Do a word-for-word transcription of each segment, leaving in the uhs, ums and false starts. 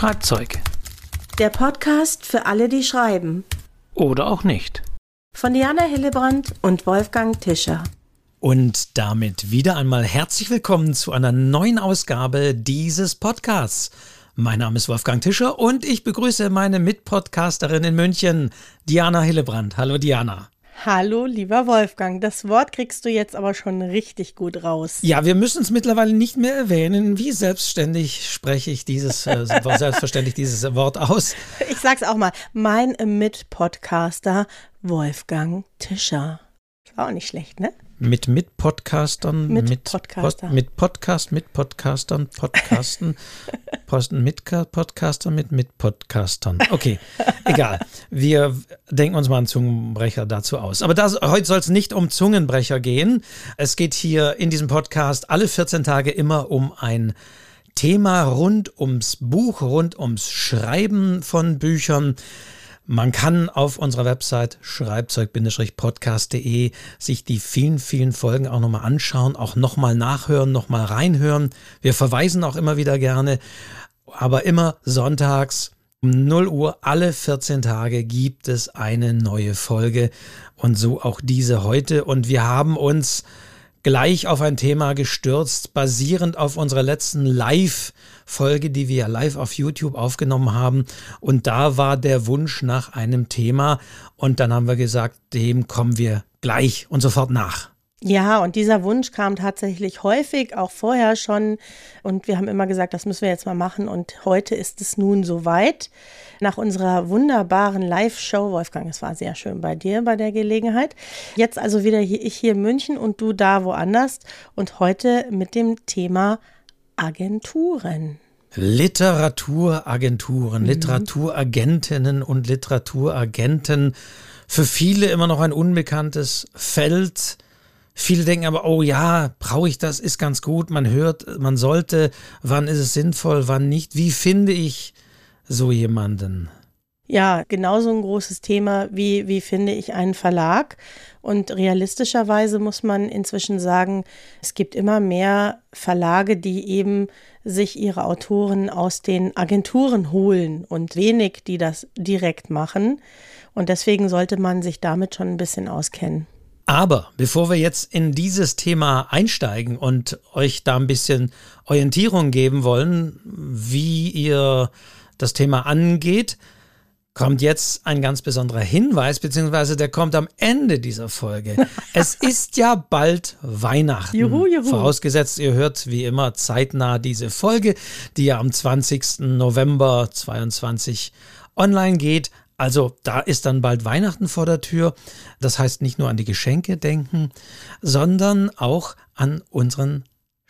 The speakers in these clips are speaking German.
Schreibzeug. Der Podcast für alle, die schreiben. Oder auch nicht. Von Diana Hillebrand und Wolfgang Tischer. Und damit wieder einmal herzlich willkommen zu einer neuen Ausgabe dieses Podcasts. Mein Name ist Wolfgang Tischer und ich begrüße meine Mitpodcasterin in München, Diana Hillebrand. Hallo Diana. Hallo, lieber Wolfgang. Das Wort kriegst du jetzt aber schon richtig gut raus. Ja, wir müssen es mittlerweile nicht mehr erwähnen. Wie selbstständig spreche ich dieses, äh, selbstverständlich dieses Wort aus. Ich sag's auch mal. Mein Mitpodcaster Wolfgang Tischer. Das war auch nicht schlecht, ne? Mit Mitpodcastern, mit, mit Podcaster. Pod, mit Podcast, mit Podcastern, Podcasten, Posten, mit Podcastern, mit Mitpodcastern. Okay, egal. Wir denken uns mal einen Zungenbrecher dazu aus. Aber das, heute soll es nicht um Zungenbrecher gehen. Es geht hier in diesem Podcast alle vierzehn Tage immer um ein Thema rund ums Buch, rund ums Schreiben von Büchern. Man kann auf unserer Website schreibzeug podcast punkt de sich die vielen, vielen Folgen auch nochmal anschauen, auch nochmal nachhören, nochmal reinhören. Wir verweisen auch immer wieder gerne, aber immer sonntags um null Uhr alle vierzehn Tage gibt es eine neue Folge und so auch diese heute. Und wir haben uns gleich auf ein Thema gestürzt, basierend auf unserer letzten Live-Folge, die wir live auf YouTube aufgenommen haben. Und da war der Wunsch nach einem Thema. Und dann haben wir gesagt, dem kommen wir gleich und sofort nach. Ja, und dieser Wunsch kam tatsächlich häufig, auch vorher schon. Und wir haben immer gesagt, das müssen wir jetzt mal machen. Und heute ist es nun soweit. Nach unserer wunderbaren Live-Show, Wolfgang, es war sehr schön bei dir bei der Gelegenheit. Jetzt also wieder hier, ich hier in München und du da woanders. Und heute mit dem Thema Agenturen. Literaturagenturen, mhm. Literaturagentinnen und Literaturagenten. Für viele immer noch ein unbekanntes Feld. Viele denken aber, oh ja, brauche ich das, ist ganz gut, man hört, man sollte, wann ist es sinnvoll, wann nicht, wie finde ich so jemanden? Ja, genauso ein großes Thema, wie, wie finde ich einen Verlag? Und realistischerweise muss man inzwischen sagen, es gibt immer mehr Verlage, die eben sich ihre Autoren aus den Agenturen holen und wenig, die das direkt machen. Und deswegen sollte man sich damit schon ein bisschen auskennen. Aber bevor wir jetzt in dieses Thema einsteigen und euch da ein bisschen Orientierung geben wollen, wie ihr das Thema angeht, kommt jetzt ein ganz besonderer Hinweis, beziehungsweise der kommt am Ende dieser Folge. Es ist ja bald Weihnachten. Juhu, juhu. Vorausgesetzt, ihr hört wie immer zeitnah diese Folge, die ja am zwanzigsten November zweiundzwanzig online geht. Also da ist dann bald Weihnachten vor der Tür. Das heißt nicht nur an die Geschenke denken, sondern auch an unseren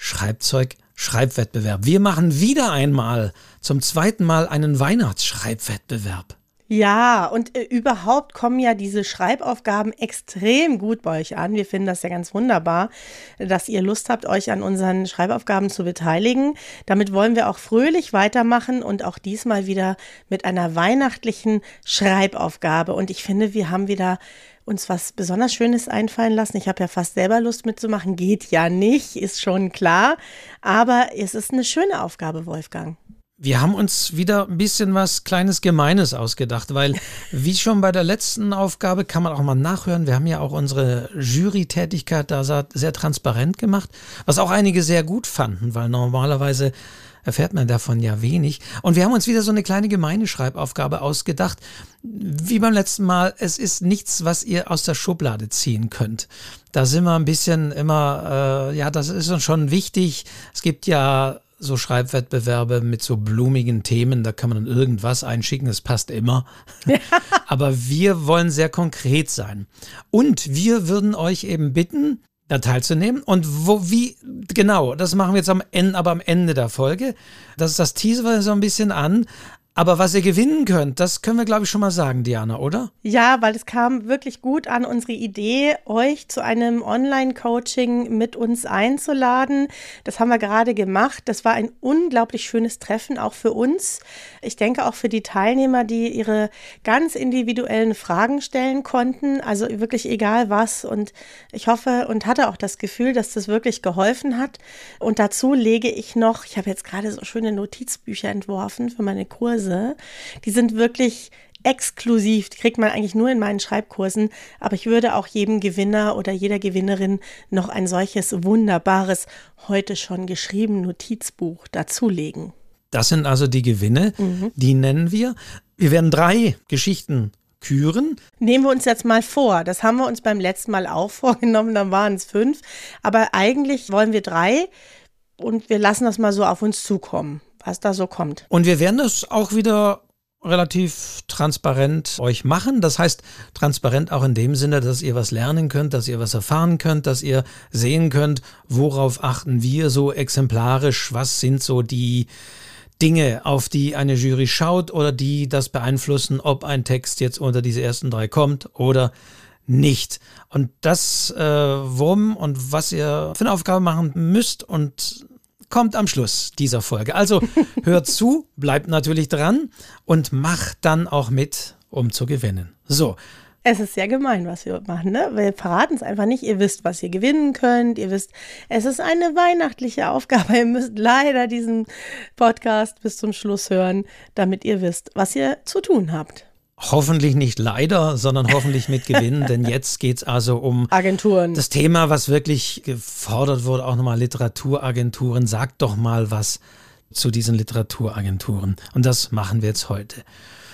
Schreibzeug-Schreibwettbewerb. Wir machen wieder einmal, zum zweiten Mal, einen Weihnachtsschreibwettbewerb. Ja, und äh, überhaupt kommen ja diese Schreibaufgaben extrem gut bei euch an. Wir finden das ja ganz wunderbar, dass ihr Lust habt, euch an unseren Schreibaufgaben zu beteiligen. Damit wollen wir auch fröhlich weitermachen und auch diesmal wieder mit einer weihnachtlichen Schreibaufgabe. Und ich finde, wir haben wieder uns was besonders Schönes einfallen lassen. Ich habe ja fast selber Lust mitzumachen. Geht ja nicht, ist schon klar. Aber es ist eine schöne Aufgabe, Wolfgang. Wir haben uns wieder ein bisschen was Kleines Gemeines ausgedacht, weil wie schon bei der letzten Aufgabe kann man auch mal nachhören, wir haben ja auch unsere Jury-Tätigkeit da sehr transparent gemacht, was auch einige sehr gut fanden, weil normalerweise erfährt man davon ja wenig. Und wir haben uns wieder so eine kleine gemeine Schreibaufgabe ausgedacht, wie beim letzten Mal. Es ist nichts, was ihr aus der Schublade ziehen könnt. Da sind wir ein bisschen immer, äh, ja, das ist uns schon wichtig. Es gibt ja so Schreibwettbewerbe mit so blumigen Themen, da kann man dann irgendwas einschicken, das passt immer. Aber wir wollen sehr konkret sein. Und wir würden euch eben bitten, da teilzunehmen. Und wo, wie, genau, das machen wir jetzt am Ende, aber am Ende der Folge. Das ist das teasern wir so ein bisschen an. Aber was ihr gewinnen könnt, das können wir, glaube ich, schon mal sagen, Diana, oder? Ja, weil es kam wirklich gut an, unsere Idee, euch zu einem Online-Coaching mit uns einzuladen. Das haben wir gerade gemacht. Das war ein unglaublich schönes Treffen, auch für uns. Ich denke auch für die Teilnehmer, die ihre ganz individuellen Fragen stellen konnten. Also wirklich egal was. Und ich hoffe und hatte auch das Gefühl, dass das wirklich geholfen hat. Und dazu lege ich noch, ich habe jetzt gerade so schöne Notizbücher entworfen für meine Kurse. Die sind wirklich exklusiv, die kriegt man eigentlich nur in meinen Schreibkursen, aber ich würde auch jedem Gewinner oder jeder Gewinnerin noch ein solches wunderbares, heute schon geschrieben Notizbuch dazulegen. Das sind also die Gewinne, mhm. die nennen wir. Wir werden drei Geschichten küren. Nehmen wir uns jetzt mal vor, das haben wir uns beim letzten Mal auch vorgenommen, dann waren es fünf, aber eigentlich wollen wir drei und wir lassen das mal so auf uns zukommen, was da so kommt. Und wir werden das auch wieder relativ transparent euch machen. Das heißt, transparent auch in dem Sinne, dass ihr was lernen könnt, dass ihr was erfahren könnt, dass ihr sehen könnt, worauf achten wir so exemplarisch, was sind so die Dinge, auf die eine Jury schaut oder die das beeinflussen, ob ein Text jetzt unter diese ersten drei kommt oder nicht. Und das, äh, worum und was ihr für eine Aufgabe machen müsst und kommt am Schluss dieser Folge. Also hört zu, bleibt natürlich dran und macht dann auch mit, um zu gewinnen. So. Es ist sehr gemein, was wir machen, ne? Wir verraten es einfach nicht. Ihr wisst, was ihr gewinnen könnt. Ihr wisst, es ist eine weihnachtliche Aufgabe. Ihr müsst leider diesen Podcast bis zum Schluss hören, damit ihr wisst, was ihr zu tun habt. Hoffentlich nicht leider, sondern hoffentlich mit Gewinn, denn jetzt geht es also um Agenturen. Das Thema, was wirklich gefordert wurde, auch nochmal Literaturagenturen. Sagt doch mal was zu diesen Literaturagenturen. Und das machen wir jetzt heute.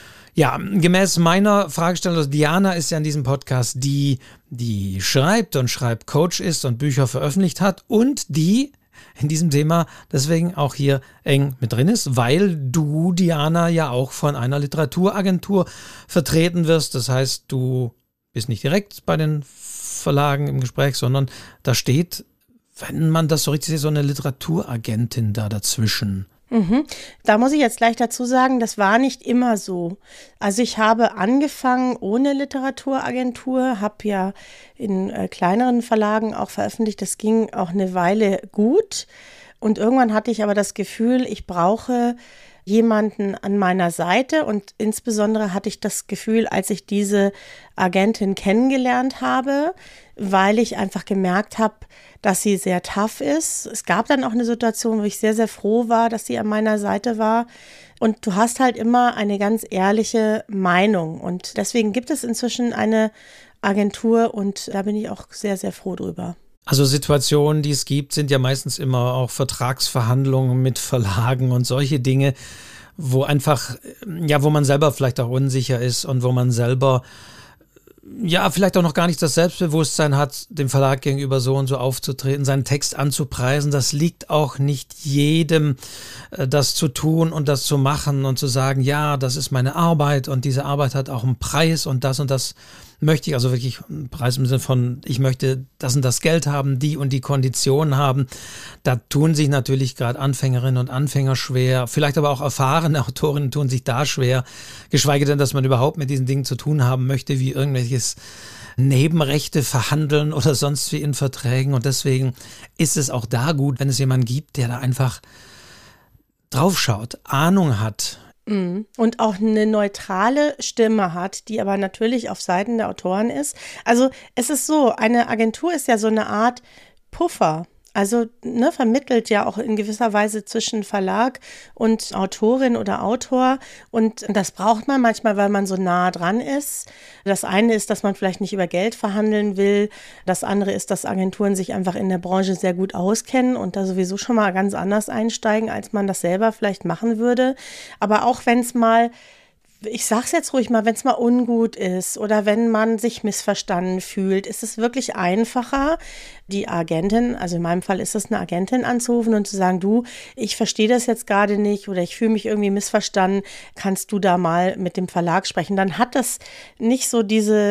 Ja, gemäß meiner Fragestellung, also Diana ist ja in diesem Podcast die, die schreibt und Schreibcoach ist und Bücher veröffentlicht hat und die in diesem Thema deswegen auch hier eng mit drin ist, weil du, Diana, ja auch von einer Literaturagentur vertreten wirst. Das heißt, du bist nicht direkt bei den Verlagen im Gespräch, sondern da steht, wenn man das so richtig sieht, so eine Literaturagentin da dazwischen. Mhm. Da muss ich jetzt gleich dazu sagen, das war nicht immer so. Also ich habe angefangen ohne Literaturagentur, habe ja in äh, kleineren Verlagen auch veröffentlicht, das ging auch eine Weile gut und irgendwann hatte ich aber das Gefühl, ich brauche jemanden an meiner Seite und insbesondere hatte ich das Gefühl, als ich diese Agentin kennengelernt habe, weil ich einfach gemerkt habe, dass sie sehr tough ist. Es gab dann auch eine Situation, wo ich sehr, sehr froh war, dass sie an meiner Seite war. Und du hast halt immer eine ganz ehrliche Meinung. Und deswegen gibt es inzwischen eine Agentur und da bin ich auch sehr, sehr froh drüber. Also Situationen, die es gibt, sind ja meistens immer auch Vertragsverhandlungen mit Verlagen und solche Dinge, wo einfach, ja, wo man selber vielleicht auch unsicher ist und wo man selber ja, vielleicht auch noch gar nicht das Selbstbewusstsein hat, dem Verlag gegenüber so und so aufzutreten, seinen Text anzupreisen. Das liegt auch nicht jedem, das zu tun und das zu machen und zu sagen, ja, das ist meine Arbeit und diese Arbeit hat auch einen Preis und das und das möchte ich, also wirklich einen Preis im Sinne von, ich möchte das und das Geld haben, die und die Konditionen haben. Da tun sich natürlich gerade Anfängerinnen und Anfänger schwer, vielleicht aber auch erfahrene Autorinnen tun sich da schwer, geschweige denn, dass man überhaupt mit diesen Dingen zu tun haben möchte, wie irgendwelches Nebenrechte verhandeln oder sonst wie in Verträgen. Und deswegen ist es auch da gut, wenn es jemanden gibt, der da einfach draufschaut, Ahnung hat. Und auch eine neutrale Stimme hat, die aber natürlich auf Seiten der Autoren ist. Also es ist so, eine Agentur ist ja so eine Art Puffer. Also ne, vermittelt ja auch in gewisser Weise zwischen Verlag und Autorin oder Autor. Und das braucht man manchmal, weil man so nah dran ist. Das eine ist, dass man vielleicht nicht über Geld verhandeln will. Das andere ist, dass Agenturen sich einfach in der Branche sehr gut auskennen und da sowieso schon mal ganz anders einsteigen, als man das selber vielleicht machen würde. Aber auch wenn es mal, ich sag's jetzt ruhig mal, wenn es mal ungut ist oder wenn man sich missverstanden fühlt, ist es wirklich einfacher, die Agentin, also in meinem Fall ist es eine Agentin anzurufen und zu sagen, du, ich verstehe das jetzt gerade nicht oder ich fühle mich irgendwie missverstanden, kannst du da mal mit dem Verlag sprechen? Dann hat das nicht so diese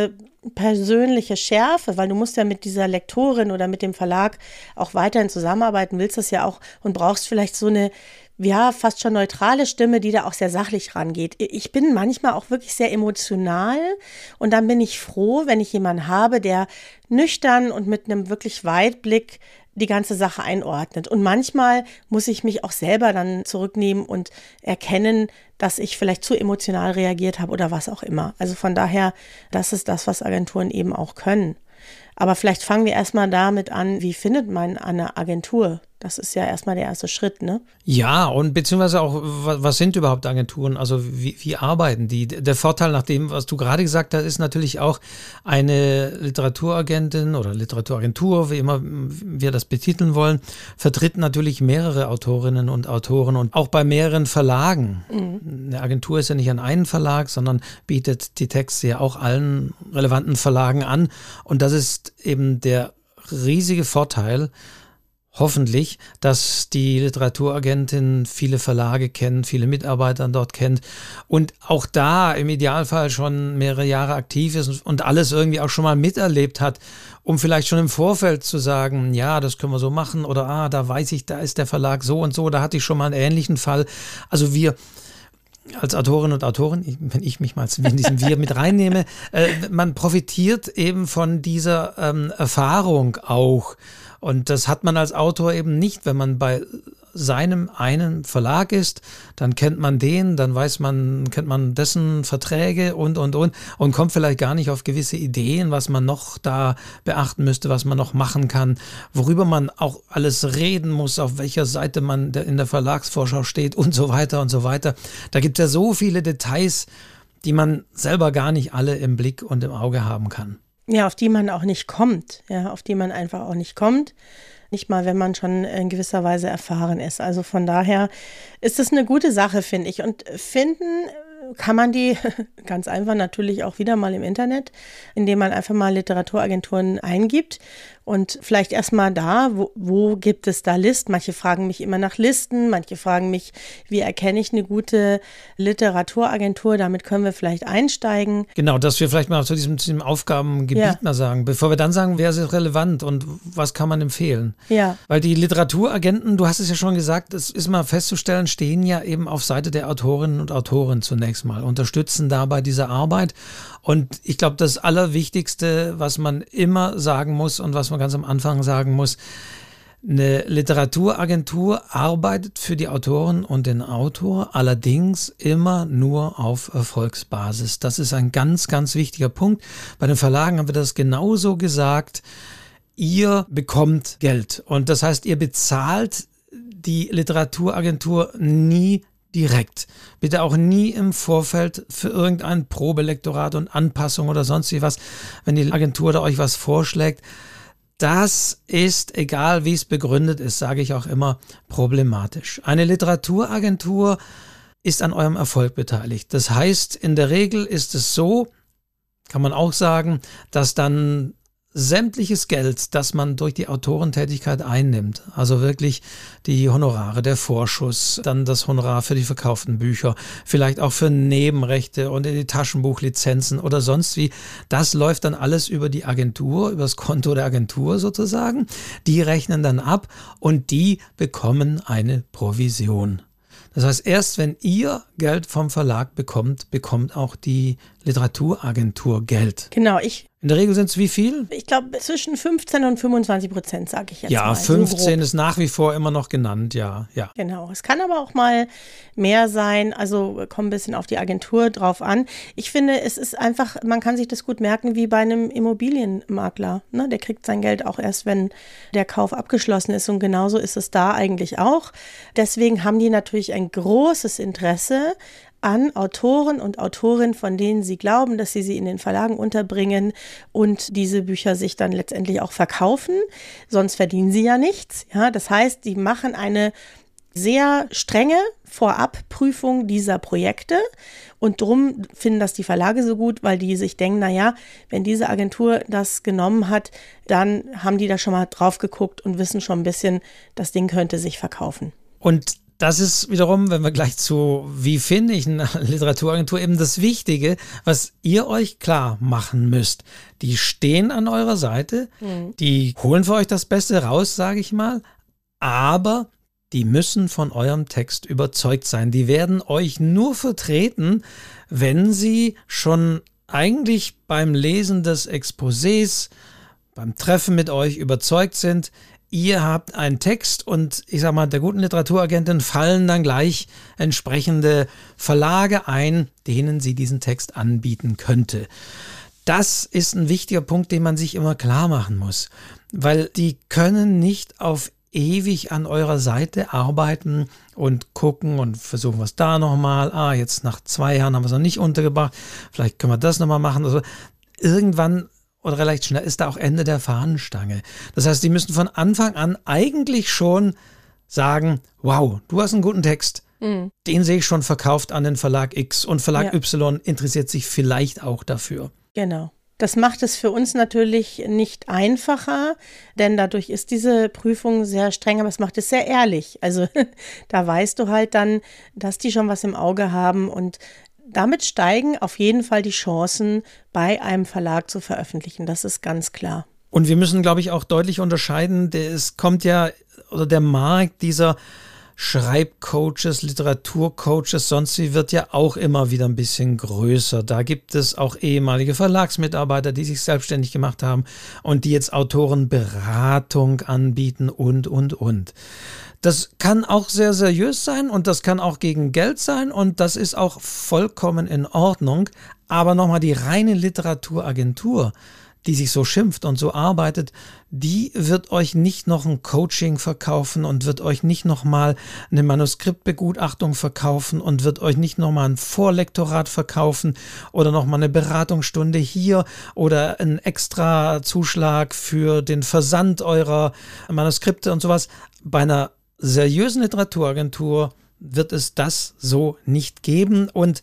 persönliche Schärfe, weil du musst ja mit dieser Lektorin oder mit dem Verlag auch weiterhin zusammenarbeiten, willst das ja auch und brauchst vielleicht so eine, ja, fast schon neutrale Stimme, die da auch sehr sachlich rangeht. Ich bin manchmal auch wirklich sehr emotional und dann bin ich froh, wenn ich jemanden habe, der nüchtern und mit einem wirklich Weitblick die ganze Sache einordnet. Und manchmal muss ich mich auch selber dann zurücknehmen und erkennen, dass ich vielleicht zu emotional reagiert habe oder was auch immer. Also von daher, das ist das, was Agenturen eben auch können. Aber vielleicht fangen wir erstmal damit an, wie findet man eine Agentur? Das ist ja erstmal der erste Schritt, ne? Ja, und beziehungsweise auch, was sind überhaupt Agenturen? Also wie, wie arbeiten die? Der Vorteil nach dem, was du gerade gesagt hast, ist natürlich auch eine Literaturagentin oder Literaturagentur, wie immer wir das betiteln wollen, vertritt natürlich mehrere Autorinnen und Autoren und auch bei mehreren Verlagen. Mhm. Eine Agentur ist ja nicht an einen Verlag, sondern bietet die Texte ja auch allen relevanten Verlagen an. Und das ist eben der riesige Vorteil, hoffentlich, dass die Literaturagentin viele Verlage kennt, viele Mitarbeiter dort kennt und auch da im Idealfall schon mehrere Jahre aktiv ist und alles irgendwie auch schon mal miterlebt hat, um vielleicht schon im Vorfeld zu sagen, ja, das können wir so machen oder ah, da weiß ich, da ist der Verlag so und so, da hatte ich schon mal einen ähnlichen Fall. Also wir als Autorinnen und Autoren, wenn ich mich mal in diesem Wir mit reinnehme, äh, man profitiert eben von dieser ähm, Erfahrung auch. Und das hat man als Autor eben nicht, wenn man bei seinem einen Verlag ist, dann kennt man den, dann weiß man, kennt man dessen Verträge und, und, und und kommt vielleicht gar nicht auf gewisse Ideen, was man noch da beachten müsste, was man noch machen kann, worüber man auch alles reden muss, auf welcher Seite man in der Verlagsvorschau steht und so weiter und so weiter. Da gibt es ja so viele Details, die man selber gar nicht alle im Blick und im Auge haben kann. Ja, auf die man auch nicht kommt, ja, auf die man einfach auch nicht kommt. Nicht mal, wenn man schon in gewisser Weise erfahren ist. Also von daher ist es eine gute Sache, finde ich. Und finden kann man die ganz einfach natürlich auch wieder mal im Internet, indem man einfach mal Literaturagenturen eingibt. Und vielleicht erstmal da, wo, wo gibt es da Listen? Manche fragen mich immer nach Listen, manche fragen mich, wie erkenne ich eine gute Literaturagentur? Damit können wir vielleicht einsteigen. Genau, dass wir vielleicht mal zu diesem, zu diesem Aufgabengebiet ja. mal sagen, bevor wir dann sagen, wer ist relevant und was kann man empfehlen? Ja. Weil die Literaturagenten, du hast es ja schon gesagt, es ist mal festzustellen, stehen ja eben auf Seite der Autorinnen und Autoren zunächst mal, unterstützen dabei diese Arbeit. Und ich glaube, das Allerwichtigste, was man immer sagen muss und was man ganz am Anfang sagen muss, eine Literaturagentur arbeitet für die Autoren und den Autor, allerdings immer nur auf Erfolgsbasis. Das ist ein ganz, ganz wichtiger Punkt. Bei den Verlagen haben wir das genauso gesagt. Ihr bekommt Geld und das heißt, ihr bezahlt die Literaturagentur nie direkt. Bitte auch nie im Vorfeld für irgendein Probelektorat und Anpassung oder sonst wie was, wenn die Agentur da euch was vorschlägt. Das ist, egal wie es begründet ist, sage ich auch immer, problematisch. Eine Literaturagentur ist an eurem Erfolg beteiligt. Das heißt, in der Regel ist es so, kann man auch sagen, dass dann sämtliches Geld, das man durch die Autorentätigkeit einnimmt, also wirklich die Honorare, der Vorschuss, dann das Honorar für die verkauften Bücher, vielleicht auch für Nebenrechte und die Taschenbuchlizenzen oder sonst wie, das läuft dann alles über die Agentur, über das Konto der Agentur sozusagen. Die rechnen dann ab und die bekommen eine Provision. Das heißt, erst wenn ihr Geld vom Verlag bekommt, bekommt auch die Literaturagentur Geld. Genau, ich. In der Regel sind es wie viel? Ich glaube zwischen fünfzehn und fünfundzwanzig Prozent, sage ich jetzt ja, mal. Ja, fünfzehn so ist nach wie vor immer noch genannt, ja, ja. Genau, es kann aber auch mal mehr sein, also kommt ein bisschen auf die Agentur drauf an. Ich finde, es ist einfach, man kann sich das gut merken wie bei einem Immobilienmakler. Ne? Der kriegt sein Geld auch erst, wenn der Kauf abgeschlossen ist und genauso ist es da eigentlich auch. Deswegen haben die natürlich ein großes Interesse an Autoren und Autorinnen, von denen sie glauben, dass sie sie in den Verlagen unterbringen und diese Bücher sich dann letztendlich auch verkaufen. Sonst verdienen sie ja nichts. Ja, das heißt, die machen eine sehr strenge Vorabprüfung dieser Projekte und drum finden das die Verlage so gut, weil die sich denken, naja, wenn diese Agentur das genommen hat, dann haben die da schon mal drauf geguckt und wissen schon ein bisschen, das Ding könnte sich verkaufen. Und das ist wiederum, wenn wir gleich zu, wie finde ich eine Literaturagentur, eben das Wichtige, was ihr euch klar machen müsst. Die stehen an eurer Seite, mhm. die holen für euch das Beste raus, sage ich mal, aber die müssen von eurem Text überzeugt sein. Die werden euch nur vertreten, wenn sie schon eigentlich beim Lesen des Exposés, beim Treffen mit euch überzeugt sind, ihr habt einen Text und ich sag mal, der guten Literaturagentin fallen dann gleich entsprechende Verlage ein, denen sie diesen Text anbieten könnte. Das ist ein wichtiger Punkt, den man sich immer klar machen muss, weil die können nicht auf ewig an eurer Seite arbeiten und gucken und versuchen wir es da nochmal. Ah, jetzt nach zwei Jahren haben wir es noch nicht untergebracht, vielleicht können wir das nochmal machen. Also irgendwann oder recht schnell ist da auch Ende der Fahnenstange. Das heißt, die müssen von Anfang an eigentlich schon sagen, wow, du hast einen guten Text, mhm. den sehe ich schon verkauft an den Verlag X und Verlag ja. Y interessiert sich vielleicht auch dafür. Genau. Das macht es für uns natürlich nicht einfacher, denn dadurch ist diese Prüfung sehr streng, aber es macht es sehr ehrlich. Also da weißt du halt dann, dass die schon was im Auge haben und damit steigen auf jeden Fall die Chancen, bei einem Verlag zu veröffentlichen. Das ist ganz klar. Und wir müssen, glaube ich, auch deutlich unterscheiden, es kommt ja, oder der Markt dieser Schreibcoaches, Literaturcoaches, sonst wie wird ja auch immer wieder ein bisschen größer. Da gibt es auch ehemalige Verlagsmitarbeiter, die sich selbstständig gemacht haben und die jetzt Autorenberatung anbieten und, und, und. Das kann auch sehr seriös sein und das kann auch gegen Geld sein und das ist auch vollkommen in Ordnung. Aber nochmal die reine Literaturagentur, die sich so schimpft und so arbeitet, die wird euch nicht noch ein Coaching verkaufen und wird euch nicht nochmal eine Manuskriptbegutachtung verkaufen und wird euch nicht nochmal ein Vorlektorat verkaufen oder nochmal eine Beratungsstunde hier oder einen extra Zuschlag für den Versand eurer Manuskripte und sowas. Bei einer seriösen Literaturagentur wird es das so nicht geben und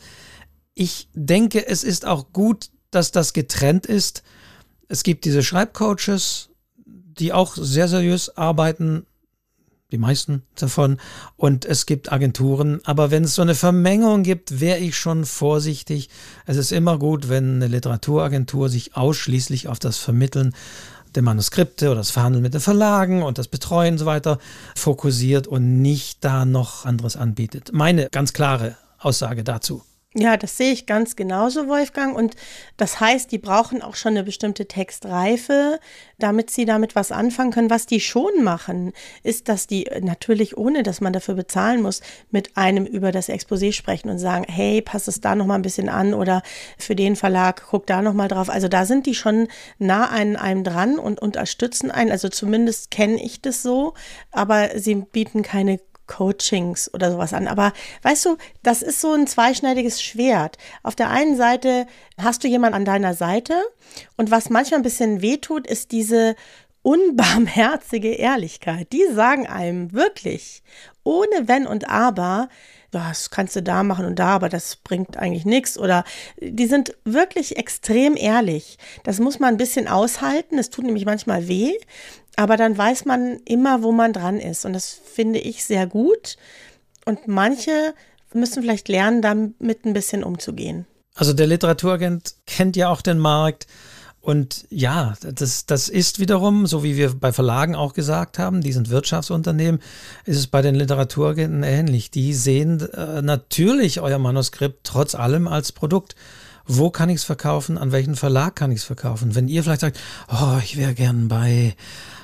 ich denke, es ist auch gut, dass das getrennt ist. Es gibt diese Schreibcoaches, die auch sehr seriös arbeiten, die meisten davon, und es gibt Agenturen. Aber wenn es so eine Vermengung gibt, wäre ich schon vorsichtig. Es ist immer gut, wenn eine Literaturagentur sich ausschließlich auf das Vermitteln der Manuskripte oder das Verhandeln mit den Verlagen und das Betreuen und so weiter fokussiert und nicht da noch anderes anbietet. Meine ganz klare Aussage dazu. Ja, das sehe ich ganz genauso, Wolfgang. Und das heißt, die brauchen auch schon eine bestimmte Textreife, damit sie damit was anfangen können. Was die schon machen, ist, dass die natürlich, ohne dass man dafür bezahlen muss, mit einem über das Exposé sprechen und sagen, hey, passt es da noch mal ein bisschen an oder für den Verlag, guck da noch mal drauf. Also da sind die schon nah an einem dran und unterstützen einen. Also zumindest kenne ich das so, aber sie bieten keine Coachings oder sowas an. Aber weißt du, das ist so ein zweischneidiges Schwert. Auf der einen Seite hast du jemanden an deiner Seite und was manchmal ein bisschen wehtut, ist diese unbarmherzige Ehrlichkeit. Die sagen einem wirklich, ohne Wenn und Aber, das kannst du da machen und da, aber das bringt eigentlich nichts. Oder die sind wirklich extrem ehrlich. Das muss man ein bisschen aushalten. Es tut nämlich manchmal weh. Aber dann weiß man immer, wo man dran ist. Und das finde ich sehr gut. Und manche müssen vielleicht lernen, damit ein bisschen umzugehen. Also der Literaturagent kennt ja auch den Markt. Und ja, das, das ist wiederum, so wie wir bei Verlagen auch gesagt haben, die sind Wirtschaftsunternehmen, ist es bei den Literaturagenten ähnlich. Die sehen äh, natürlich euer Manuskript trotz allem als Produkt. Wo kann ich es verkaufen? An welchen Verlag kann ich es verkaufen? Wenn ihr vielleicht sagt, oh, ich wäre gern bei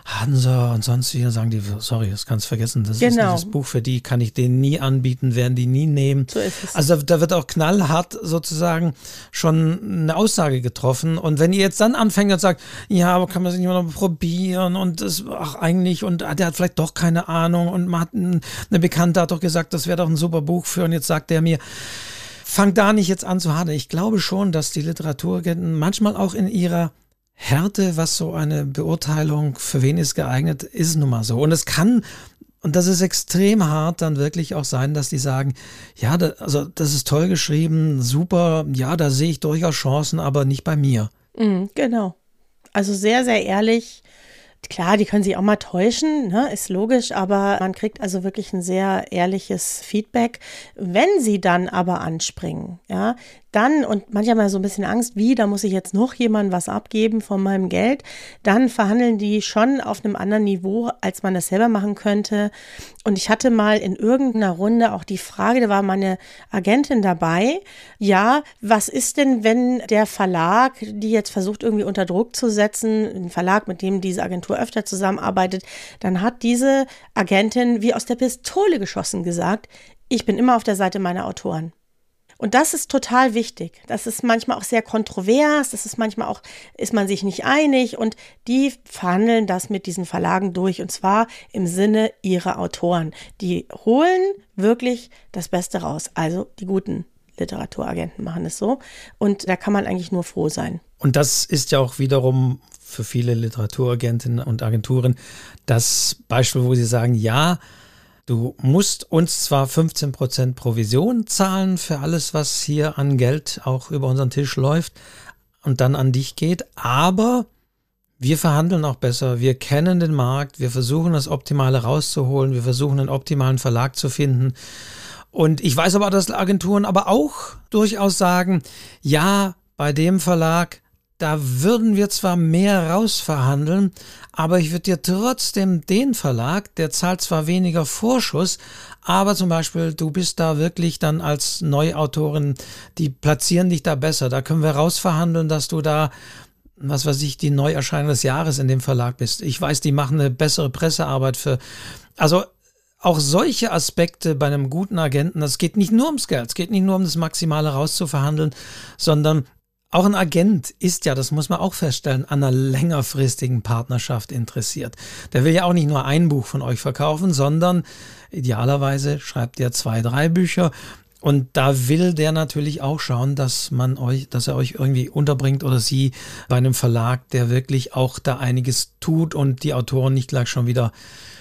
Hansa und sonst wie, dann sagen die, sorry, das kannst du vergessen, das genau. ist nicht das Buch für die, kann ich denen nie anbieten, werden die nie nehmen. So ist es. Also da, da wird auch knallhart sozusagen schon eine Aussage getroffen. Und wenn ihr jetzt dann anfängt und sagt, ja, aber kann man sich nicht mal noch probieren und das, ach eigentlich, und der hat vielleicht doch keine Ahnung und man hat ein, eine Bekannte hat doch gesagt, das wäre doch ein super Buch für, und jetzt sagt der mir, fang da nicht jetzt an zu hadern. Ich glaube schon, dass die Literaturagenten manchmal auch in ihrer Härte, was so eine Beurteilung, für wen ist geeignet, ist nun mal so. Und es kann, und das ist extrem hart, dann wirklich auch sein, dass die sagen, ja, da, also das ist toll geschrieben, super, ja, da sehe ich durchaus Chancen, aber nicht bei mir. Mhm, genau. Also sehr, sehr ehrlich, Klar, die können sich auch mal täuschen, ne, ist logisch, aber man kriegt also wirklich ein sehr ehrliches Feedback. Wenn sie dann aber anspringen, ja, dann, und manchmal so ein bisschen Angst, wie, da muss ich jetzt noch jemandem was abgeben von meinem Geld, dann verhandeln die schon auf einem anderen Niveau, als man das selber machen könnte. Und ich hatte mal in irgendeiner Runde auch die Frage, da war meine Agentin dabei, ja, was ist denn, wenn der Verlag, die jetzt versucht irgendwie unter Druck zu setzen, ein Verlag, mit dem diese Agentur öfter zusammenarbeitet, dann hat diese Agentin wie aus der Pistole geschossen gesagt, ich bin immer auf der Seite meiner Autoren. Und das ist total wichtig. Das ist manchmal auch sehr kontrovers, das ist manchmal auch, ist man sich nicht einig und die verhandeln das mit diesen Verlagen durch und zwar im Sinne ihrer Autoren. Die holen wirklich das Beste raus, also die guten Literaturagenten machen es so und da kann man eigentlich nur froh sein. Und das ist ja auch wiederum für viele Literaturagentinnen und Agenturen das Beispiel, wo sie sagen, ja, du musst uns zwar fünfzehn Prozent Provision zahlen für alles, was hier an Geld auch über unseren Tisch läuft und dann an dich geht, aber wir verhandeln auch besser, wir kennen den Markt, wir versuchen das Optimale rauszuholen, wir versuchen einen optimalen Verlag zu finden. Und ich weiß aber, dass Agenturen aber auch durchaus sagen, ja, bei dem Verlag, da würden wir zwar mehr rausverhandeln, aber ich würde dir trotzdem den Verlag, der zahlt zwar weniger Vorschuss, aber zum Beispiel du bist da wirklich dann als Neuautorin, die platzieren dich da besser. Da können wir rausverhandeln, dass du da, was weiß ich, die Neuerscheinung des Jahres in dem Verlag bist. Ich weiß, die machen eine bessere Pressearbeit für, also auch solche Aspekte bei einem guten Agenten, es geht nicht nur ums Geld, es geht nicht nur um das Maximale rauszuverhandeln, sondern auch ein Agent ist ja, das muss man auch feststellen, an einer längerfristigen Partnerschaft interessiert. Der will ja auch nicht nur ein Buch von euch verkaufen, sondern idealerweise schreibt er zwei, drei Bücher. Und da will der natürlich auch schauen, dass man euch, dass er euch irgendwie unterbringt oder sie bei einem Verlag, der wirklich auch da einiges tut und die Autoren nicht gleich schon wieder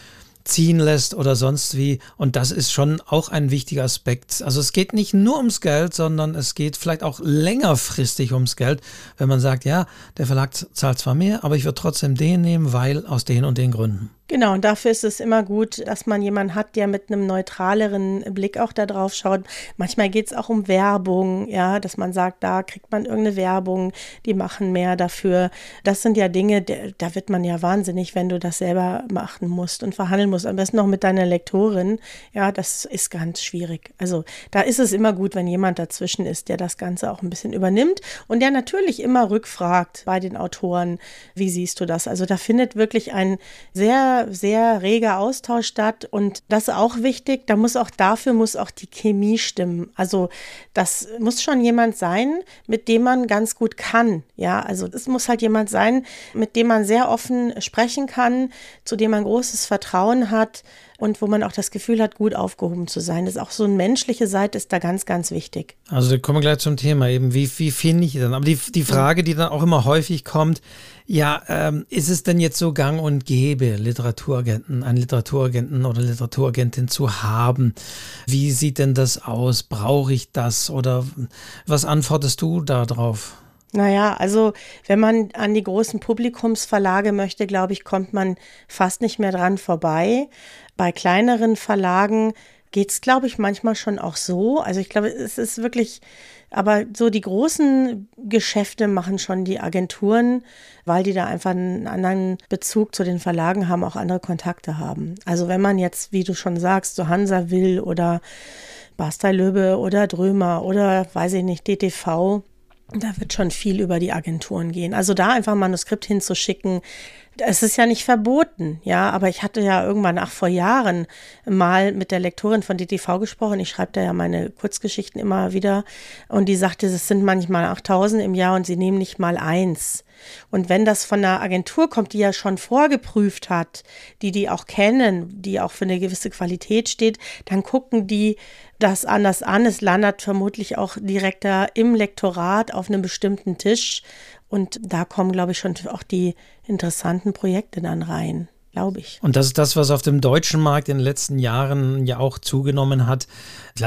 ziehen lässt oder sonst wie. Und das ist schon auch ein wichtiger Aspekt. Also es geht nicht nur ums Geld, sondern es geht vielleicht auch längerfristig ums Geld, wenn man sagt, ja, der Verlag zahlt zwar mehr, aber ich würde trotzdem den nehmen, weil aus den und den Gründen. Genau, und dafür ist es immer gut, dass man jemanden hat, der mit einem neutraleren Blick auch da drauf schaut. Manchmal geht es auch um Werbung, ja, dass man sagt, da kriegt man irgendeine Werbung, die machen mehr dafür. Das sind ja Dinge, da wird man ja wahnsinnig, wenn du das selber machen musst und verhandeln musst. Am besten noch mit deiner Lektorin. Ja, das ist ganz schwierig. Also da ist es immer gut, wenn jemand dazwischen ist, der das Ganze auch ein bisschen übernimmt und der natürlich immer rückfragt bei den Autoren, wie siehst du das? Also da findet wirklich ein sehr sehr reger Austausch statt und das ist auch wichtig, da muss auch dafür muss auch die Chemie stimmen. Also das muss schon jemand sein, mit dem man ganz gut kann. Ja, also es muss halt jemand sein, mit dem man sehr offen sprechen kann, zu dem man großes Vertrauen hat und wo man auch das Gefühl hat, gut aufgehoben zu sein. Das ist auch so eine menschliche Seite ist da ganz, ganz wichtig. Also da kommen wir gleich zum Thema eben, wie, wie finde ich dann? Aber die, die Frage, die dann auch immer häufig kommt, ja, ähm, ist es denn jetzt so gang und gäbe, Literaturagenten, einen Literaturagenten oder Literaturagentin zu haben? Wie sieht denn das aus? Brauche ich das? Oder was antwortest du da drauf? Naja, also wenn man an die großen Publikumsverlage möchte, glaube ich, kommt man fast nicht mehr dran vorbei. Bei kleineren Verlagen geht es, glaube ich, manchmal schon auch so. Also ich glaube, es ist wirklich, aber so die großen Geschäfte machen schon die Agenturen, weil die da einfach einen anderen Bezug zu den Verlagen haben, auch andere Kontakte haben. Also wenn man jetzt, wie du schon sagst, so Hansa Will oder Bastei-Löbe oder Drömer oder, weiß ich nicht, D T V, da wird schon viel über die Agenturen gehen. Also da einfach ein Manuskript hinzuschicken, es ist ja nicht verboten, ja, aber ich hatte ja irgendwann, ach vor Jahren, mal mit der Lektorin von D T V gesprochen. Ich schreibe da ja meine Kurzgeschichten immer wieder und die sagte, es sind manchmal achttausend im Jahr und sie nehmen nicht mal eins. Und wenn das von einer Agentur kommt, die ja schon vorgeprüft hat, die die auch kennen, die auch für eine gewisse Qualität steht, dann gucken die das anders an. Es landet vermutlich auch direkt da im Lektorat auf einem bestimmten Tisch. Und da kommen, glaube ich, schon auch die interessanten Projekte dann rein, glaube ich. Und das ist das, was auf dem deutschen Markt in den letzten Jahren ja auch zugenommen hat. Klar,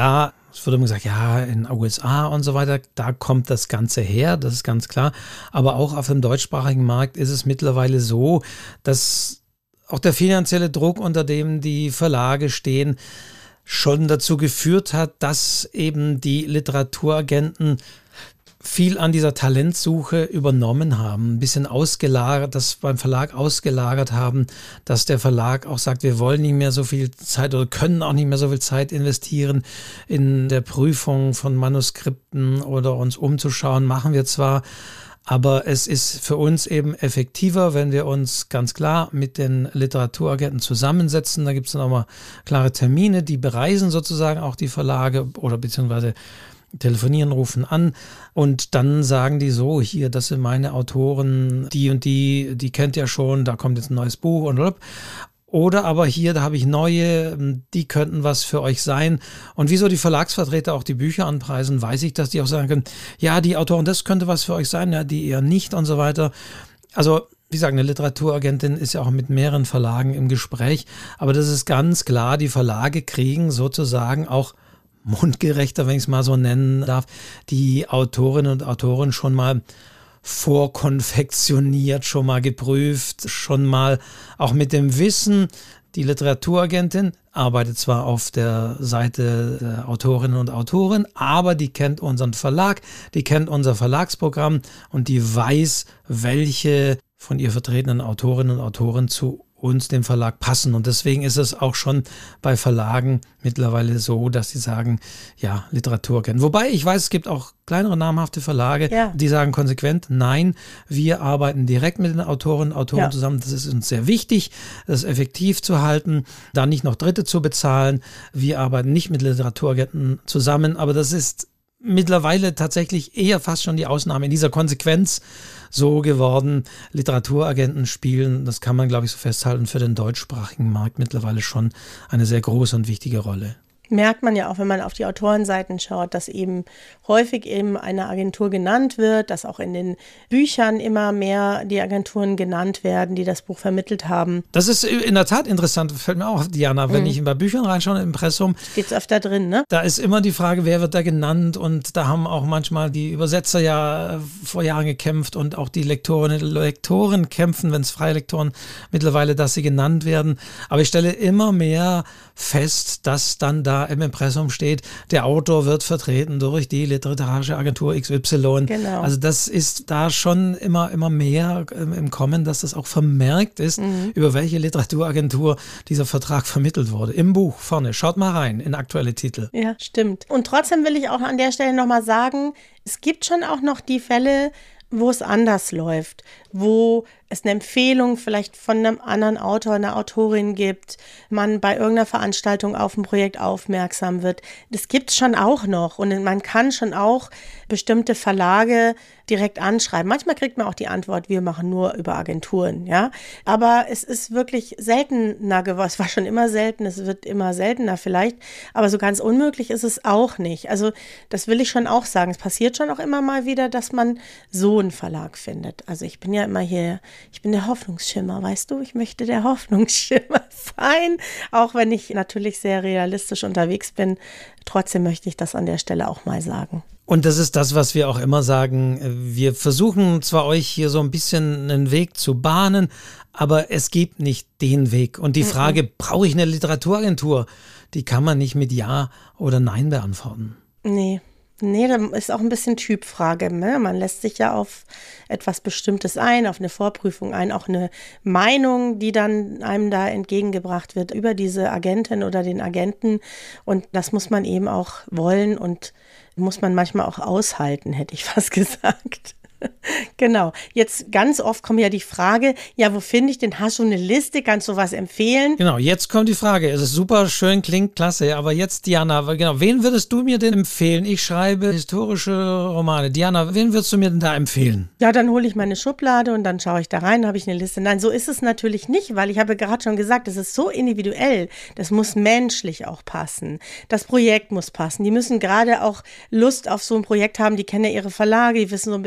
Es wird immer gesagt, ja, in den U S A und so weiter, da kommt das Ganze her, das ist ganz klar. Aber auch auf dem deutschsprachigen Markt ist es mittlerweile so, dass auch der finanzielle Druck, unter dem die Verlage stehen, schon dazu geführt hat, dass eben die Literaturagenten viel an dieser Talentsuche übernommen haben, ein bisschen ausgelagert, das beim Verlag ausgelagert haben, dass der Verlag auch sagt, wir wollen nicht mehr so viel Zeit oder können auch nicht mehr so viel Zeit investieren in der Prüfung von Manuskripten oder uns umzuschauen, machen wir zwar, aber es ist für uns eben effektiver, wenn wir uns ganz klar mit den Literaturagenten zusammensetzen. Da gibt es dann auch mal klare Termine, die bereisen sozusagen auch die Verlage oder beziehungsweise telefonieren, rufen an und dann sagen die so, hier, das sind meine Autoren, die und die, die kennt ihr schon, da kommt jetzt ein neues Buch und oder aber hier, da habe ich neue, die könnten was für euch sein. Und wieso die Verlagsvertreter auch die Bücher anpreisen, weiß ich, dass die auch sagen können, ja, die Autoren, das könnte was für euch sein, ja, die eher nicht und so weiter. Also wie gesagt, eine Literaturagentin ist ja auch mit mehreren Verlagen im Gespräch, aber das ist ganz klar, die Verlage kriegen sozusagen auch mundgerechter, wenn ich es mal so nennen darf, die Autorinnen und Autoren schon mal vorkonfektioniert, schon mal geprüft, schon mal auch mit dem Wissen, die Literaturagentin arbeitet zwar auf der Seite der Autorinnen und Autoren, aber die kennt unseren Verlag, die kennt unser Verlagsprogramm und die weiß, welche von ihr vertretenen Autorinnen und Autoren zu uns, dem Verlag, passen. Und deswegen ist es auch schon bei Verlagen mittlerweile so, dass sie sagen, ja, Literatur kennen. Wobei ich weiß, es gibt auch kleinere namhafte Verlage, ja, die sagen konsequent, nein, wir arbeiten direkt mit den Autorinnen und Autoren ja. zusammen. Das ist uns sehr wichtig, das effektiv zu halten, da nicht noch Dritte zu bezahlen. Wir arbeiten nicht mit Literaturagenten zusammen, aber das ist mittlerweile tatsächlich eher fast schon die Ausnahme in dieser Konsequenz so geworden. Literaturagenten spielen, das kann man, glaube ich, so festhalten, für den deutschsprachigen Markt mittlerweile schon eine sehr große und wichtige Rolle. Merkt man ja auch, wenn man auf die Autorenseiten schaut, dass eben häufig eben eine Agentur genannt wird, dass auch in den Büchern immer mehr die Agenturen genannt werden, die das Buch vermittelt haben. Das ist in der Tat interessant, fällt mir auch auf, Diana, wenn mhm. ich bei Büchern reinschaue, im Impressum. Steht's öfter drin, ne? Da ist immer die Frage, wer wird da genannt, und da haben auch manchmal die Übersetzer ja vor Jahren gekämpft und auch die Lektorinnen und Lektoren kämpfen, wenn es freie Lektoren mittlerweile, dass sie genannt werden. Aber ich stelle immer mehr fest, dass dann da im Impressum steht, der Autor wird vertreten durch die literarische Agentur X Y. Genau. Also das ist da schon immer, immer mehr im Kommen, dass das auch vermerkt ist, mhm. über welche Literaturagentur dieser Vertrag vermittelt wurde. Im Buch vorne, schaut mal rein in aktuelle Titel. Ja, stimmt. Und trotzdem will ich auch an der Stelle nochmal sagen, es gibt schon auch noch die Fälle, wo es anders läuft, wo es eine Empfehlung vielleicht von einem anderen Autor, einer Autorin gibt, man bei irgendeiner Veranstaltung auf ein Projekt aufmerksam wird. Das gibt es schon auch noch, und man kann schon auch bestimmte Verlage direkt anschreiben. Manchmal kriegt man auch die Antwort, wir machen nur über Agenturen, ja. Aber es ist wirklich seltener geworden. Es war schon immer selten, es wird immer seltener vielleicht, aber so ganz unmöglich ist es auch nicht. Also das will ich schon auch sagen. Es passiert schon auch immer mal wieder, dass man so einen Verlag findet. Also ich bin ja immer hier, ich bin der Hoffnungsschimmer, weißt du? Ich möchte der Hoffnungsschimmer sein, auch wenn ich natürlich sehr realistisch unterwegs bin. Trotzdem möchte ich das an der Stelle auch mal sagen. Und das ist das, was wir auch immer sagen. Wir versuchen zwar euch hier so ein bisschen einen Weg zu bahnen, aber es gibt nicht den Weg. Und die Frage, mhm. brauche ich eine Literaturagentur? Die kann man nicht mit Ja oder Nein beantworten. Nee. Nee, das ist auch ein bisschen Typfrage. Ne? Man lässt sich ja auf etwas Bestimmtes ein, auf eine Vorprüfung ein, auch eine Meinung, die dann einem da entgegengebracht wird über diese Agentin oder den Agenten. Und das muss man eben auch wollen und muss man manchmal auch aushalten, hätte ich fast gesagt. Genau. Jetzt ganz oft kommt ja die Frage, ja, wo finde ich denn? Hast du eine Liste? Kannst du was empfehlen? Genau, jetzt kommt die Frage. Es ist super schön, klingt klasse, aber jetzt, Diana, genau, wen würdest du mir denn empfehlen? Ich schreibe historische Romane. Diana, wen würdest du mir denn da empfehlen? Ja, dann hole ich meine Schublade und dann schaue ich da rein, habe ich eine Liste. Nein, so ist es natürlich nicht, weil ich habe gerade schon gesagt, es ist so individuell. Das muss menschlich auch passen. Das Projekt muss passen. Die müssen gerade auch Lust auf so ein Projekt haben. Die kennen ja ihre Verlage, die wissen so ein bisschen, was die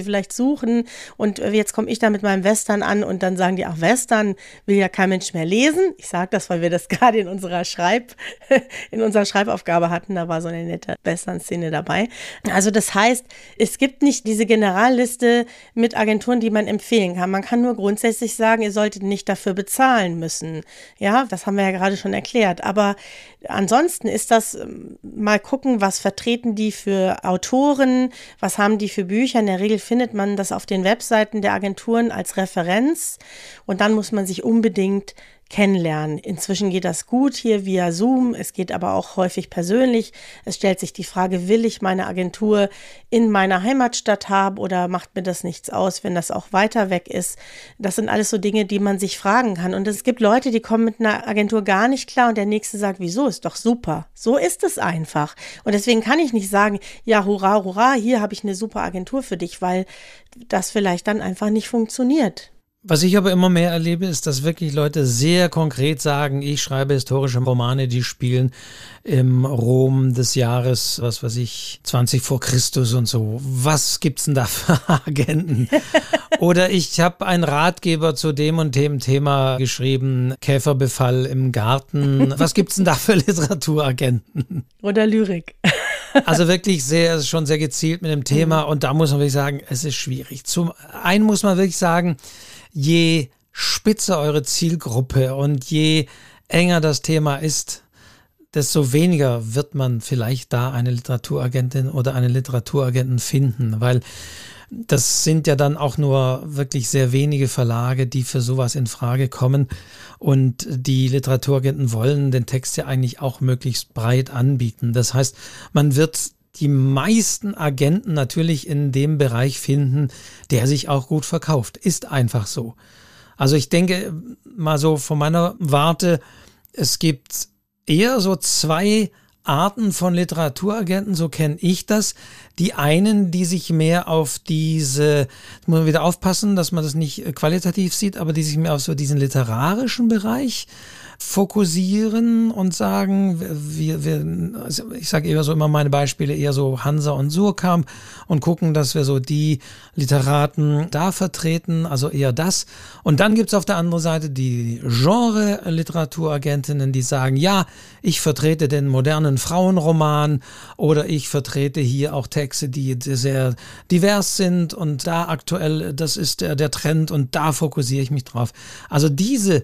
die vielleicht suchen und jetzt komme ich da mit meinem Western an und dann sagen die, ach, Western will ja kein Mensch mehr lesen. Ich sage das, weil wir das gerade in unserer Schreib, in unserer Schreibaufgabe hatten, da war so eine nette Western-Szene dabei. Also das heißt, es gibt nicht diese Generalliste mit Agenturen, die man empfehlen kann. Man kann nur grundsätzlich sagen, ihr solltet nicht dafür bezahlen müssen. Ja, das haben wir ja gerade schon erklärt. Aber ansonsten ist das, mal gucken, was vertreten die für Autoren, was haben die für Bücher. In der Regel findet man das auf den Webseiten der Agenturen als Referenz und dann muss man sich unbedingt kennenlernen. Inzwischen geht das gut hier via Zoom, es geht aber auch häufig persönlich. Es stellt sich die Frage, will ich meine Agentur in meiner Heimatstadt haben oder macht mir das nichts aus, wenn das auch weiter weg ist? Das sind alles so Dinge, die man sich fragen kann. Und es gibt Leute, die kommen mit einer Agentur gar nicht klar und der Nächste sagt, wieso, ist doch super. So ist es einfach. Und deswegen kann ich nicht sagen, ja, hurra, hurra, hier habe ich eine super Agentur für dich, weil das vielleicht dann einfach nicht funktioniert. Was ich aber immer mehr erlebe, ist, dass wirklich Leute sehr konkret sagen, ich schreibe historische Romane, die spielen im Rom des Jahres, was weiß ich, zwanzig vor Christus und so. Was gibt's denn da für Agenten? Oder ich habe einen Ratgeber zu dem und dem Thema geschrieben, Käferbefall im Garten. Was gibt's denn da für Literaturagenten? Oder Lyrik. Also wirklich sehr, schon sehr gezielt mit dem Thema und da muss man wirklich sagen, es ist schwierig. Zum einen muss man wirklich sagen, je spitzer eure Zielgruppe und je enger das Thema ist, desto weniger wird man vielleicht da eine Literaturagentin oder einen Literaturagenten finden, weil das sind ja dann auch nur wirklich sehr wenige Verlage, die für sowas in Frage kommen und die Literaturagenten wollen den Text ja eigentlich auch möglichst breit anbieten. Das heißt, man wird die meisten Agenten natürlich in dem Bereich finden, der sich auch gut verkauft. Ist einfach so. Also ich denke mal so von meiner Warte, es gibt eher so zwei Arten von Literaturagenten, so kenne ich das. Die einen, die sich mehr auf diese, muss man wieder aufpassen, dass man das nicht qualitativ sieht, aber die sich mehr auf so diesen literarischen Bereich fokussieren und sagen, wir, wir also ich sage eher so immer meine Beispiele, eher so Hansa und Suhrkamp und gucken, dass wir so die Literaten da vertreten, also eher das. Und dann gibt's auf der anderen Seite die Genre-Literaturagentinnen, die sagen, ja, ich vertrete den modernen Frauenroman oder ich vertrete hier auch Texte, die sehr divers sind und da aktuell, das ist der, der Trend und da fokussiere ich mich drauf. Also diese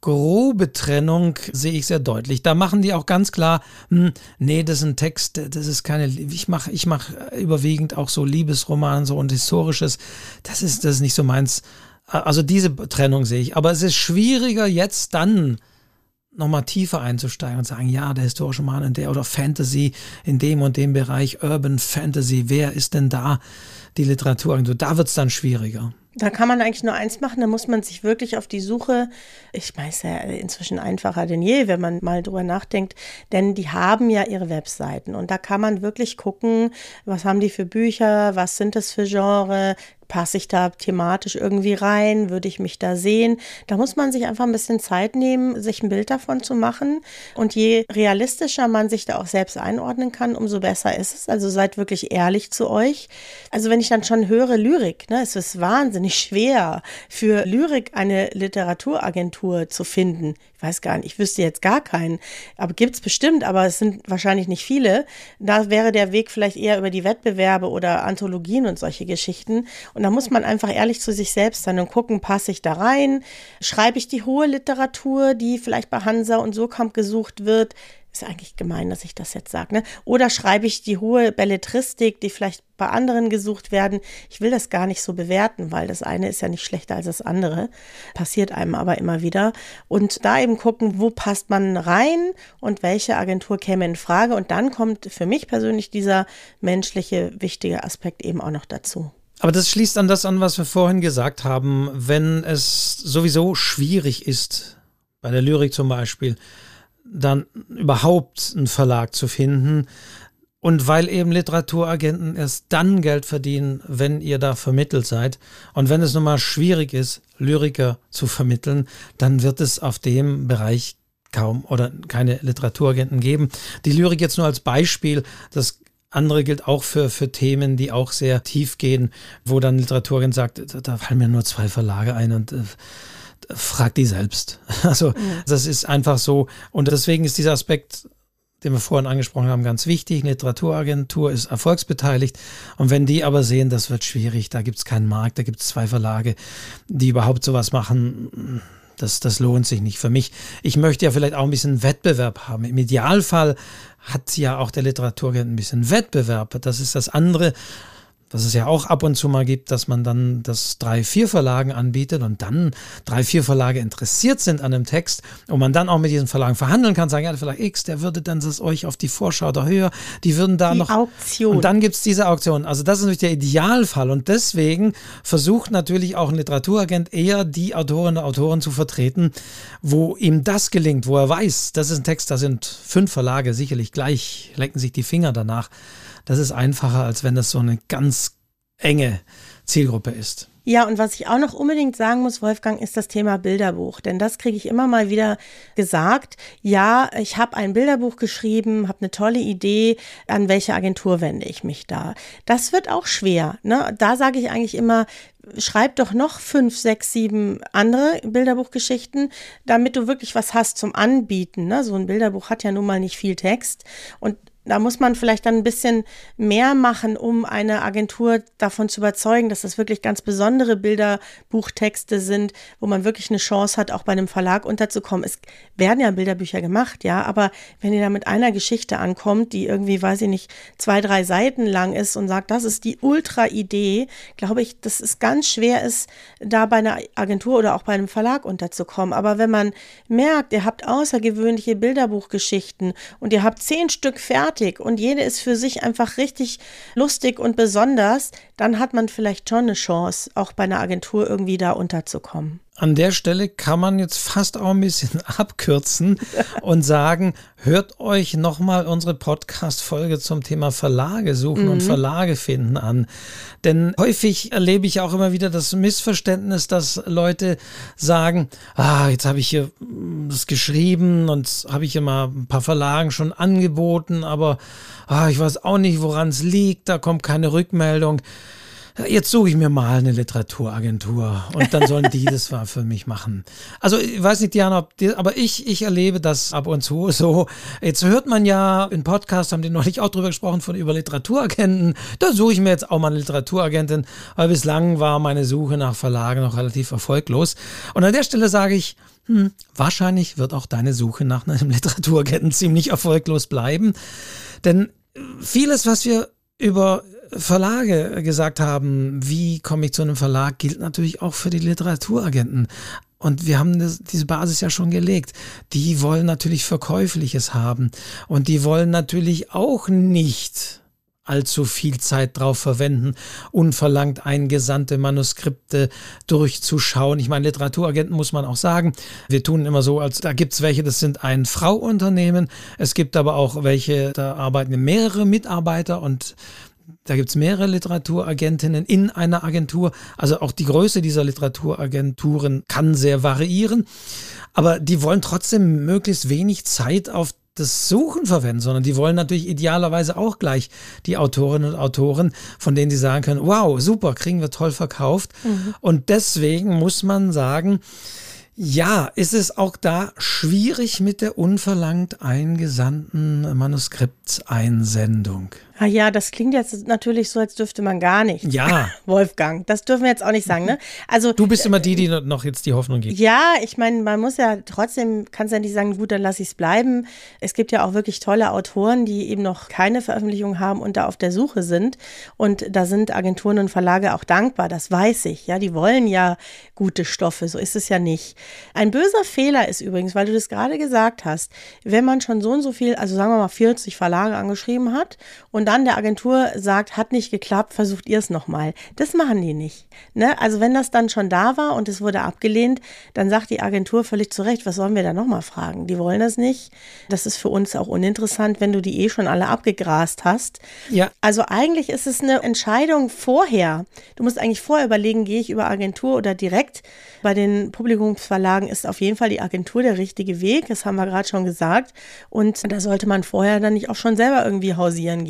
grobe Trennung sehe ich sehr deutlich. Da machen die auch ganz klar, hm, nee, das ist ein Text, das ist keine, ich mache ich mache überwiegend auch so Liebesroman so und Historisches, das ist, das ist nicht so meins. Also diese Trennung sehe ich. Aber es ist schwieriger jetzt dann nochmal tiefer einzusteigen und sagen, ja, der historische Roman in der oder Fantasy in dem und dem Bereich, Urban Fantasy, wer ist denn da die Literatur? Da wird es dann schwieriger. Da kann man eigentlich nur eins machen, da muss man sich wirklich auf die Suche, ich meine, es ist ja inzwischen einfacher denn je, wenn man mal drüber nachdenkt, denn die haben ja ihre Webseiten und da kann man wirklich gucken, was haben die für Bücher, was sind das für Genre, passe ich da thematisch irgendwie rein, würde ich mich da sehen. Da muss man sich einfach ein bisschen Zeit nehmen, sich ein Bild davon zu machen und je realistischer man sich da auch selbst einordnen kann, umso besser ist es. Also seid wirklich ehrlich zu euch. Also wenn ich dann schon höre Lyrik, ne, es ist wahnsinnig schwer für Lyrik eine Literaturagentur zu finden. Ich weiß gar nicht, ich wüsste jetzt gar keinen, aber gibt's bestimmt, aber es sind wahrscheinlich nicht viele. Da wäre der Weg vielleicht eher über die Wettbewerbe oder Anthologien und solche Geschichten. Und da muss man einfach ehrlich zu sich selbst sein und gucken, passe ich da rein? Schreibe ich die hohe Literatur, die vielleicht bei Hansa und Suhrkamp gesucht wird? Ist eigentlich gemein, dass ich das jetzt sage, ne? Oder schreibe ich die hohe Belletristik, die vielleicht bei anderen gesucht werden? Ich will das gar nicht so bewerten, weil das eine ist ja nicht schlechter als das andere. Passiert einem aber immer wieder. Und da eben gucken, wo passt man rein und welche Agentur käme in Frage. Und dann kommt für mich persönlich dieser menschliche, wichtige Aspekt eben auch noch dazu. Aber das schließt an das an, was wir vorhin gesagt haben. Wenn es sowieso schwierig ist, bei der Lyrik zum Beispiel, dann überhaupt einen Verlag zu finden. Und weil eben Literaturagenten erst dann Geld verdienen, wenn ihr da vermittelt seid. Und wenn es nun mal schwierig ist, Lyriker zu vermitteln, dann wird es auf dem Bereich kaum oder keine Literaturagenten geben. Die Lyrik jetzt nur als Beispiel, das andere gilt auch für, für Themen, die auch sehr tief gehen, wo dann Literaturagent sagt, da, da fallen mir nur zwei Verlage ein und äh, frag die selbst. Also mhm. das ist einfach so. Und deswegen ist dieser Aspekt, den wir vorhin angesprochen haben, ganz wichtig. Eine Literaturagentur ist erfolgsbeteiligt. Und wenn die aber sehen, das wird schwierig, da gibt es keinen Markt, da gibt es zwei Verlage, die überhaupt sowas machen, das, das lohnt sich nicht für mich. Ich möchte ja vielleicht auch ein bisschen Wettbewerb haben. Im Idealfall hat ja auch der Literaturagent ein bisschen Wettbewerb. Das ist das andere, was es ja auch ab und zu mal gibt, dass man dann das drei, vier Verlagen anbietet und dann drei, vier Verlage interessiert sind an einem Text und man dann auch mit diesen Verlagen verhandeln kann, sagen, ja, der Verlag X, der würde dann das euch auf die Vorschau oder höher, die würden da die noch... Auktion. Und dann gibt es diese Auktion. Also das ist natürlich der Idealfall und deswegen versucht natürlich auch ein Literaturagent eher die Autorinnen und Autoren zu vertreten, wo ihm das gelingt, wo er weiß, das ist ein Text, da sind fünf Verlage sicherlich gleich, lecken sich die Finger danach. Das ist einfacher, als wenn das so eine ganz enge Zielgruppe ist. Ja, und was ich auch noch unbedingt sagen muss, Wolfgang, ist das Thema Bilderbuch. Denn das kriege ich immer mal wieder gesagt. Ja, ich habe ein Bilderbuch geschrieben, habe eine tolle Idee. An welche Agentur wende ich mich da? Das wird auch schwer, ne? Da sage ich eigentlich immer, schreib doch noch fünf, sechs, sieben andere Bilderbuchgeschichten, damit du wirklich was hast zum Anbieten, ne? So ein Bilderbuch hat ja nun mal nicht viel Text. Und da muss man vielleicht dann ein bisschen mehr machen, um eine Agentur davon zu überzeugen, dass das wirklich ganz besondere Bilderbuchtexte sind, wo man wirklich eine Chance hat, auch bei einem Verlag unterzukommen. Es werden ja Bilderbücher gemacht, ja, aber wenn ihr da mit einer Geschichte ankommt, die irgendwie, weiß ich nicht, zwei, drei Seiten lang ist und sagt, das ist die Ultra-Idee, glaube ich, dass es ganz schwer ist, da bei einer Agentur oder auch bei einem Verlag unterzukommen. Aber wenn man merkt, ihr habt außergewöhnliche Bilderbuchgeschichten und ihr habt zehn Stück fertig, und jede ist für sich einfach richtig lustig und besonders, dann hat man vielleicht schon eine Chance, auch bei einer Agentur irgendwie da unterzukommen. An der Stelle kann man jetzt fast auch ein bisschen abkürzen und sagen, hört euch nochmal unsere Podcast-Folge zum Thema Verlage suchen mhm. und Verlage finden an. Denn häufig erlebe ich auch immer wieder das Missverständnis, dass Leute sagen, ah, jetzt habe ich hier das geschrieben und habe ich immer ein paar Verlagen schon angeboten, aber ah, ich weiß auch nicht, woran es liegt, da kommt keine Rückmeldung. Jetzt suche ich mir mal eine Literaturagentur und dann sollen die das für mich machen. Also ich weiß nicht, Diana, ob die, aber ich, ich erlebe das ab und zu so. Jetzt hört man ja, in Podcasts haben die neulich auch drüber gesprochen, von über Literaturagenten. Da suche ich mir jetzt auch mal eine Literaturagentin, weil bislang war meine Suche nach Verlagen noch relativ erfolglos. Und an der Stelle sage ich, hm, wahrscheinlich wird auch deine Suche nach einem Literaturagenten ziemlich erfolglos bleiben. Denn vieles, was wir über Verlage gesagt haben, wie komme ich zu einem Verlag, gilt natürlich auch für die Literaturagenten. Und wir haben das, diese Basis ja schon gelegt. Die wollen natürlich Verkäufliches haben. Und die wollen natürlich auch nicht allzu viel Zeit drauf verwenden, unverlangt eingesandte Manuskripte durchzuschauen. Ich meine, Literaturagenten muss man auch sagen, wir tun immer so, als da gibt es welche, das sind ein Frau-Unternehmen. Es gibt aber auch welche, da arbeiten mehrere Mitarbeiter und da gibt es mehrere Literaturagentinnen in einer Agentur. Also auch die Größe dieser Literaturagenturen kann sehr variieren. Aber die wollen trotzdem möglichst wenig Zeit auf das Suchen verwenden, sondern die wollen natürlich idealerweise auch gleich die Autorinnen und Autoren, von denen sie sagen können, wow, super, kriegen wir toll verkauft. Mhm. Und deswegen muss man sagen, ja, ist es auch da schwierig mit der unverlangt eingesandten Manuskripteinsendung. Ah ja, das klingt jetzt natürlich so, als dürfte man gar nicht. Ja. Wolfgang, das dürfen wir jetzt auch nicht sagen, ne? Also du bist immer die, die noch jetzt die Hoffnung gibt. Ja, ich meine, man muss ja trotzdem, kannst ja nicht sagen, gut, dann lasse ich es bleiben. Es gibt ja auch wirklich tolle Autoren, die eben noch keine Veröffentlichung haben und da auf der Suche sind. Und da sind Agenturen und Verlage auch dankbar, das weiß ich. Ja, die wollen ja gute Stoffe, so ist es ja nicht. Ein böser Fehler ist übrigens, weil du das gerade gesagt hast, wenn man schon so und so viel, also sagen wir mal vierzig Verlage angeschrieben hat und dann der Agentur sagt, hat nicht geklappt, versucht ihr es nochmal. Das machen die nicht. Ne? Also wenn das dann schon da war und es wurde abgelehnt, dann sagt die Agentur völlig zu Recht, was sollen wir da nochmal fragen? Die wollen das nicht. Das ist für uns auch uninteressant, wenn du die eh schon alle abgegrast hast. Ja. Also eigentlich ist es eine Entscheidung vorher. Du musst eigentlich vorher überlegen, gehe ich über Agentur oder direkt. Bei den Publikumsverlagen ist auf jeden Fall die Agentur der richtige Weg. Das haben wir gerade schon gesagt. Und da sollte man vorher dann nicht auch schon selber irgendwie hausieren gehen.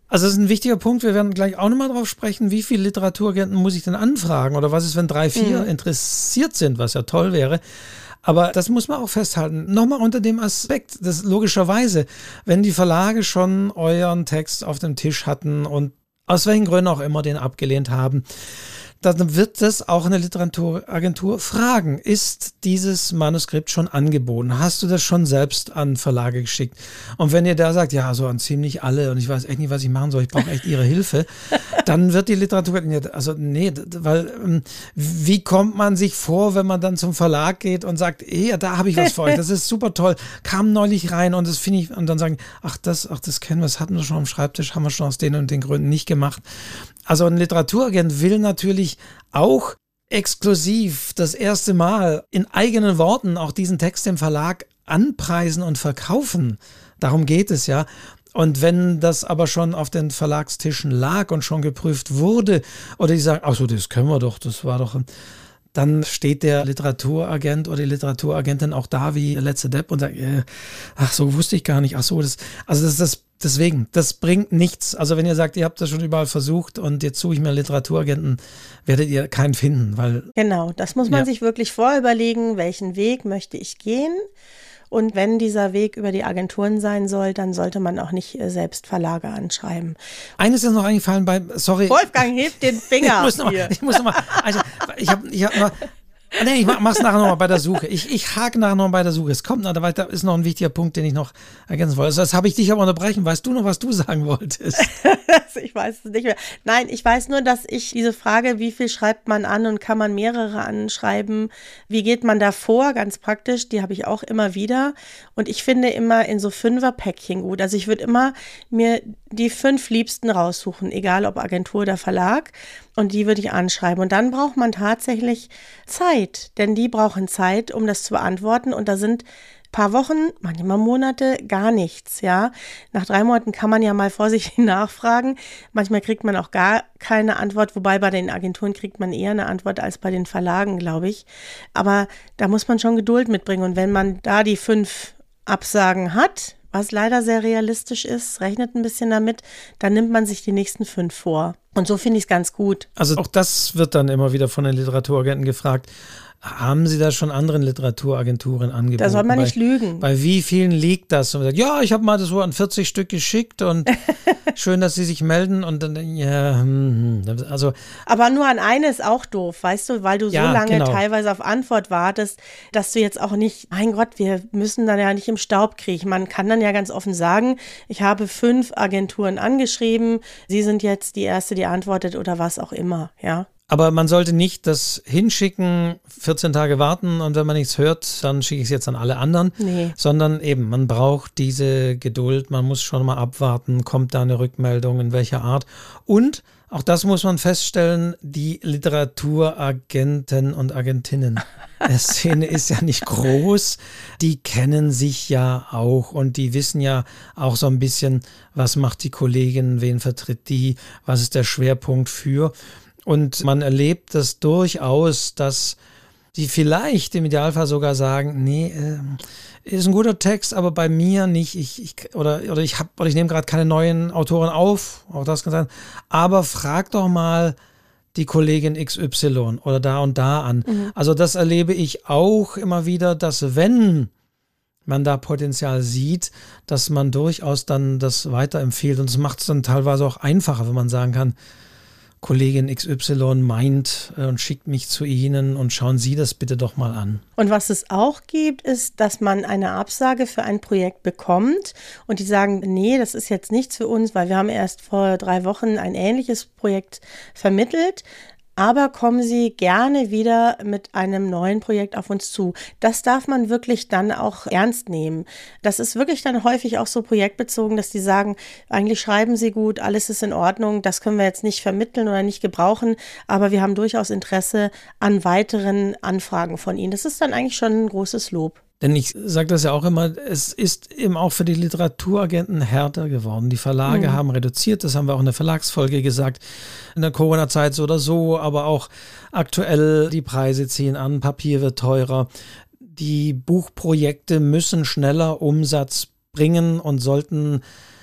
Also das ist ein wichtiger Punkt. Wir werden gleich auch nochmal drauf sprechen, wie viele Literaturagenten muss ich denn anfragen oder was ist, wenn drei, vier mhm. interessiert sind, was ja toll wäre. Aber das muss man auch festhalten. Nochmal unter dem Aspekt, dass logischerweise, wenn die Verlage schon euren Text auf dem Tisch hatten und aus welchen Gründen auch immer den abgelehnt haben, dann wird das auch eine Literaturagentur fragen. Ist dieses Manuskript schon angeboten? Hast du das schon selbst an Verlage geschickt? Und wenn ihr da sagt, ja, so an ziemlich alle und ich weiß echt nicht, was ich machen soll, ich brauche echt ihre Hilfe, dann wird die Literatur, also nee, weil wie kommt man sich vor, wenn man dann zum Verlag geht und sagt, hey, da habe ich was für euch, das ist super toll, kam neulich rein und das finde ich, und dann sagen, ach das, ach das kennen wir, das hatten wir schon am Schreibtisch, haben wir schon aus den und den Gründen nicht gemacht. Also ein Literaturagent will natürlich auch exklusiv das erste Mal in eigenen Worten auch diesen Text im Verlag anpreisen und verkaufen. Darum geht es ja. Und wenn das aber schon auf den Verlagstischen lag und schon geprüft wurde, oder die sagen, ach so, das können wir doch, das war doch, dann steht der Literaturagent oder die Literaturagentin auch da wie der letzte Depp und sagt, äh, ach so, wusste ich gar nicht, ach so, das, also das, das, deswegen, das bringt nichts. Also wenn ihr sagt, ihr habt das schon überall versucht und jetzt suche ich mir Literaturagenten, werdet ihr keinen finden, weil... Genau, das muss man ja. sich wirklich vorüberlegen, welchen Weg möchte ich gehen. Und wenn dieser Weg über die Agenturen sein soll, dann sollte man auch nicht äh, selbst Verlage anschreiben. Eines ist noch eingefallen bei, sorry. Wolfgang hebt den Finger. ich muss noch mal, ich muss noch mal, also ich habe ich hab noch, nee, ich mach's nachher nochmal bei der Suche. Ich, ich hake nachher noch bei der Suche. Es kommt noch, da ist noch ein wichtiger Punkt, den ich noch ergänzen wollte. Also das habe ich dich aber unterbrechen. Weißt du noch, was du sagen wolltest? Ich weiß es nicht mehr. Nein, ich weiß nur, dass ich diese Frage, wie viel schreibt man an und kann man mehrere anschreiben, wie geht man da vor, ganz praktisch, die habe ich auch immer wieder. Und ich finde immer in so Fünfer-Päckchen gut. Also ich würde immer mir die fünf Liebsten raussuchen, egal ob Agentur oder Verlag. Und die würde ich anschreiben. Und dann braucht man tatsächlich Zeit, denn die brauchen Zeit, um das zu beantworten. Und da sind ein paar Wochen, manchmal Monate, gar nichts, ja. Nach drei Monaten kann man ja mal vorsichtig nachfragen. Manchmal kriegt man auch gar keine Antwort, wobei bei den Agenturen kriegt man eher eine Antwort als bei den Verlagen, glaube ich. Aber da muss man schon Geduld mitbringen. Und wenn man da die fünf Absagen hat, was leider sehr realistisch ist, rechnet ein bisschen damit, dann nimmt man sich die nächsten fünf vor. Und so finde ich es ganz gut. Also auch das wird dann immer wieder von den Literaturagenten gefragt. Haben Sie da schon anderen Literaturagenturen angeboten? Da soll man bei, nicht lügen. Bei wie vielen liegt das? Und man sagt, ja, ich habe mal das so an vierzig Stück geschickt und schön, dass Sie sich melden. Und dann, ja, also. Aber nur an eine ist auch doof, weißt du, weil du ja, so lange genau. teilweise auf Antwort wartest, dass du jetzt auch nicht, mein Gott, wir müssen dann ja nicht im Staub kriechen. Man kann dann ja ganz offen sagen, ich habe fünf Agenturen angeschrieben, Sie sind jetzt die Erste, die antwortet oder was auch immer, ja. Aber man sollte nicht das hinschicken, vierzehn Tage warten und wenn man nichts hört, dann schicke ich es jetzt an alle anderen. Nee. Sondern eben, man braucht diese Geduld, man muss schon mal abwarten, kommt da eine Rückmeldung, in welcher Art. Und, auch das muss man feststellen, die Literaturagenten und Agentinnen. Die Szene ist ja nicht groß, die kennen sich ja auch und die wissen ja auch so ein bisschen, was macht die Kollegin, wen vertritt die, was ist der Schwerpunkt für. Und man erlebt das durchaus, dass die vielleicht im Idealfall sogar sagen, nee, äh, ist ein guter Text, aber bei mir nicht. Ich, ich, oder, oder ich habe, oder ich nehme gerade keine neuen Autoren auf, auch das kann sein. Aber frag doch mal die Kollegin X Y oder da und da an. Mhm. Also das erlebe ich auch immer wieder, dass wenn man da Potenzial sieht, dass man durchaus dann das weiterempfiehlt. Und das macht es dann teilweise auch einfacher, wenn man sagen kann, Kollegin X Y meint äh, und schickt mich zu Ihnen und schauen Sie das bitte doch mal an. Und was es auch gibt, ist, dass man eine Absage für ein Projekt bekommt und die sagen, nee, das ist jetzt nichts für uns, weil wir haben erst vor drei Wochen ein ähnliches Projekt vermittelt. Aber kommen Sie gerne wieder mit einem neuen Projekt auf uns zu. Das darf man wirklich dann auch ernst nehmen. Das ist wirklich dann häufig auch so projektbezogen, dass die sagen, eigentlich schreiben Sie gut, alles ist in Ordnung, das können wir jetzt nicht vermitteln oder nicht gebrauchen, aber wir haben durchaus Interesse an weiteren Anfragen von Ihnen. Das ist dann eigentlich schon ein großes Lob. Denn ich sage das ja auch immer, es ist eben auch für die Literaturagenten härter geworden. Die Verlage mhm. haben reduziert, das haben wir auch in der Verlagsfolge gesagt, in der Corona-Zeit so oder so, aber auch aktuell die Preise ziehen an, Papier wird teurer. Die Buchprojekte müssen schneller Umsatz bringen und sollten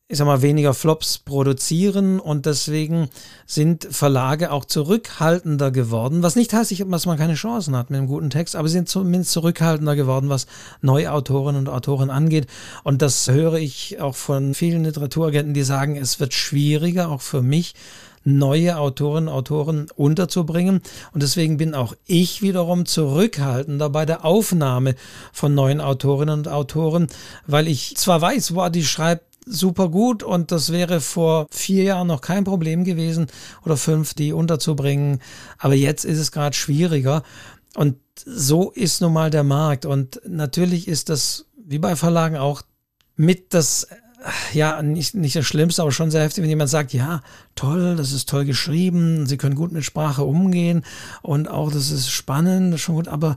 ich sag mal, weniger Flops produzieren und deswegen sind Verlage auch zurückhaltender geworden, was nicht heißt, dass man keine Chancen hat mit einem guten Text, aber sie sind zumindest zurückhaltender geworden, was Neuautorinnen und Autoren angeht, und das höre ich auch von vielen Literaturagenten, die sagen, es wird schwieriger, auch für mich, neue Autorinnen und Autoren unterzubringen, und deswegen bin auch ich wiederum zurückhaltender bei der Aufnahme von neuen Autorinnen und Autoren, weil ich zwar weiß, wow, die schreibt super gut und das wäre vor vier Jahren noch kein Problem gewesen oder fünf, die unterzubringen, aber jetzt ist es gerade schwieriger, und so ist nun mal der Markt, und natürlich ist das, wie bei Verlagen auch, mit das, ja, nicht, nicht das Schlimmste, aber schon sehr heftig, wenn jemand sagt, ja, toll, das ist toll geschrieben, Sie können gut mit Sprache umgehen und auch das ist spannend, das ist schon gut, aber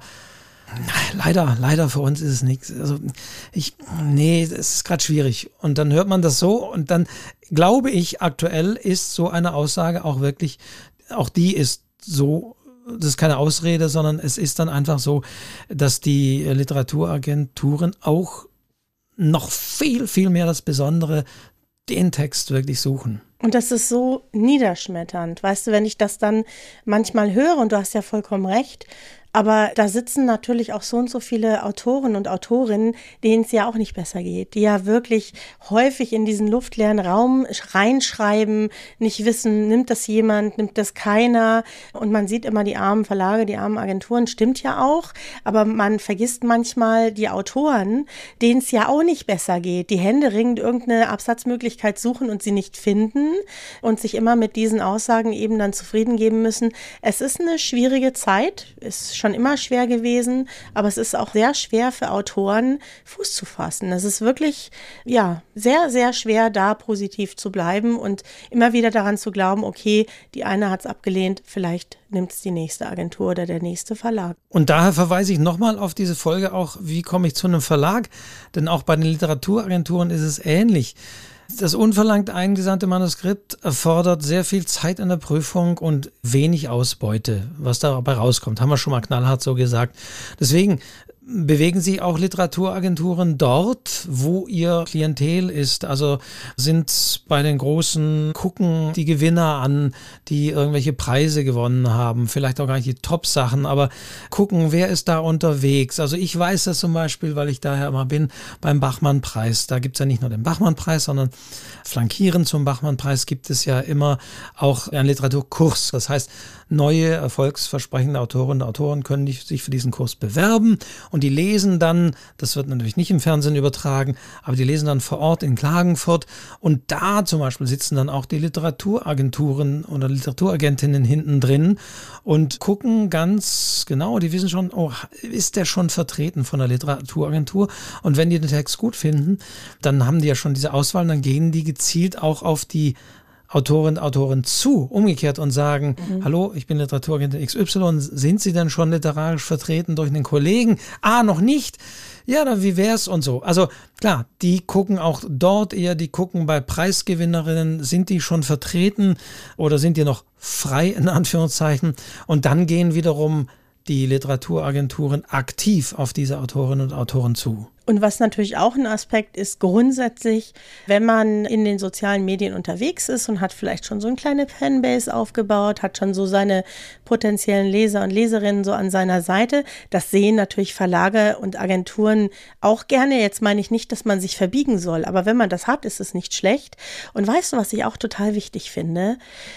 Leider, leider für uns ist es nichts. Also ich, nee, es ist gerade schwierig. Und dann hört man das so und dann glaube ich, aktuell ist so eine Aussage auch wirklich, auch die ist so, das ist keine Ausrede, sondern es ist dann einfach so, dass die Literaturagenturen auch noch viel, viel mehr das Besondere, den Text wirklich suchen. Und das ist so niederschmetternd. Weißt du, wenn ich das dann manchmal höre, und du hast ja vollkommen recht, aber da sitzen natürlich auch so und so viele Autoren und Autorinnen, denen es ja auch nicht besser geht, die ja wirklich häufig in diesen luftleeren Raum reinschreiben, nicht wissen, nimmt das jemand, nimmt das keiner. Und man sieht immer die armen Verlage, die armen Agenturen, stimmt ja auch, aber man vergisst manchmal die Autoren, denen es ja auch nicht besser geht, die händeringend irgendeine Absatzmöglichkeit suchen und sie nicht finden und sich immer mit diesen Aussagen eben dann zufrieden geben müssen. Es ist eine schwierige Zeit, ist schon immer schwer gewesen, aber es ist auch sehr schwer für Autoren, Fuß zu fassen. Es ist wirklich, ja, sehr, sehr schwer, da positiv zu bleiben und immer wieder daran zu glauben, okay, die eine hat es abgelehnt, vielleicht nimmt es die nächste Agentur oder der nächste Verlag. Und daher verweise ich nochmal auf diese Folge auch, wie komme ich zu einem Verlag? Denn auch bei den Literaturagenturen ist es ähnlich. Das unverlangt eingesandte Manuskript erfordert sehr viel Zeit in der Prüfung und wenig Ausbeute, was dabei rauskommt. Haben wir schon mal knallhart so gesagt. Deswegen bewegen sich auch Literaturagenturen dort, wo ihr Klientel ist. Also sind bei den Großen, gucken die Gewinner an, die irgendwelche Preise gewonnen haben, vielleicht auch gar nicht die Top-Sachen, aber gucken, wer ist da unterwegs. Also ich weiß das zum Beispiel, weil ich daher immer bin, beim Bachmann-Preis. Da gibt es ja nicht nur den Bachmann-Preis, sondern flankierend zum Bachmann-Preis gibt es ja immer auch einen Literaturkurs. Das heißt, neue, erfolgsversprechende Autorinnen und Autoren können sich für diesen Kurs bewerben und die lesen dann, das wird natürlich nicht im Fernsehen übertragen, aber die lesen dann vor Ort in Klagenfurt und da zum Beispiel sitzen dann auch die Literaturagenturen oder Literaturagentinnen hinten drin und gucken ganz genau, die wissen schon, oh, ist der schon vertreten von der Literaturagentur? Und wenn die den Text gut finden, dann haben die ja schon diese Auswahl, dann gehen die gezielt auch auf die Autorinnen und Autoren zu, umgekehrt und sagen, mhm. hallo, ich bin Literaturagentin X Y, sind Sie denn schon literarisch vertreten durch einen Kollegen? Ah, noch nicht? Ja, dann wie wär's und so. Also klar, die gucken auch dort eher, die gucken bei Preisgewinnerinnen, sind die schon vertreten oder sind die noch frei in Anführungszeichen? Und dann gehen wiederum die Literaturagenturen aktiv auf diese Autorinnen und Autoren zu. Und was natürlich auch ein Aspekt ist, grundsätzlich, wenn man in den sozialen Medien unterwegs ist und hat vielleicht schon so eine kleine Fanbase aufgebaut, hat schon so seine potenziellen Leser und Leserinnen so an seiner Seite, das sehen natürlich Verlage und Agenturen auch gerne. Jetzt meine ich nicht, dass man sich verbiegen soll, aber wenn man das hat, ist es nicht schlecht. Und weißt du, was ich auch total wichtig finde?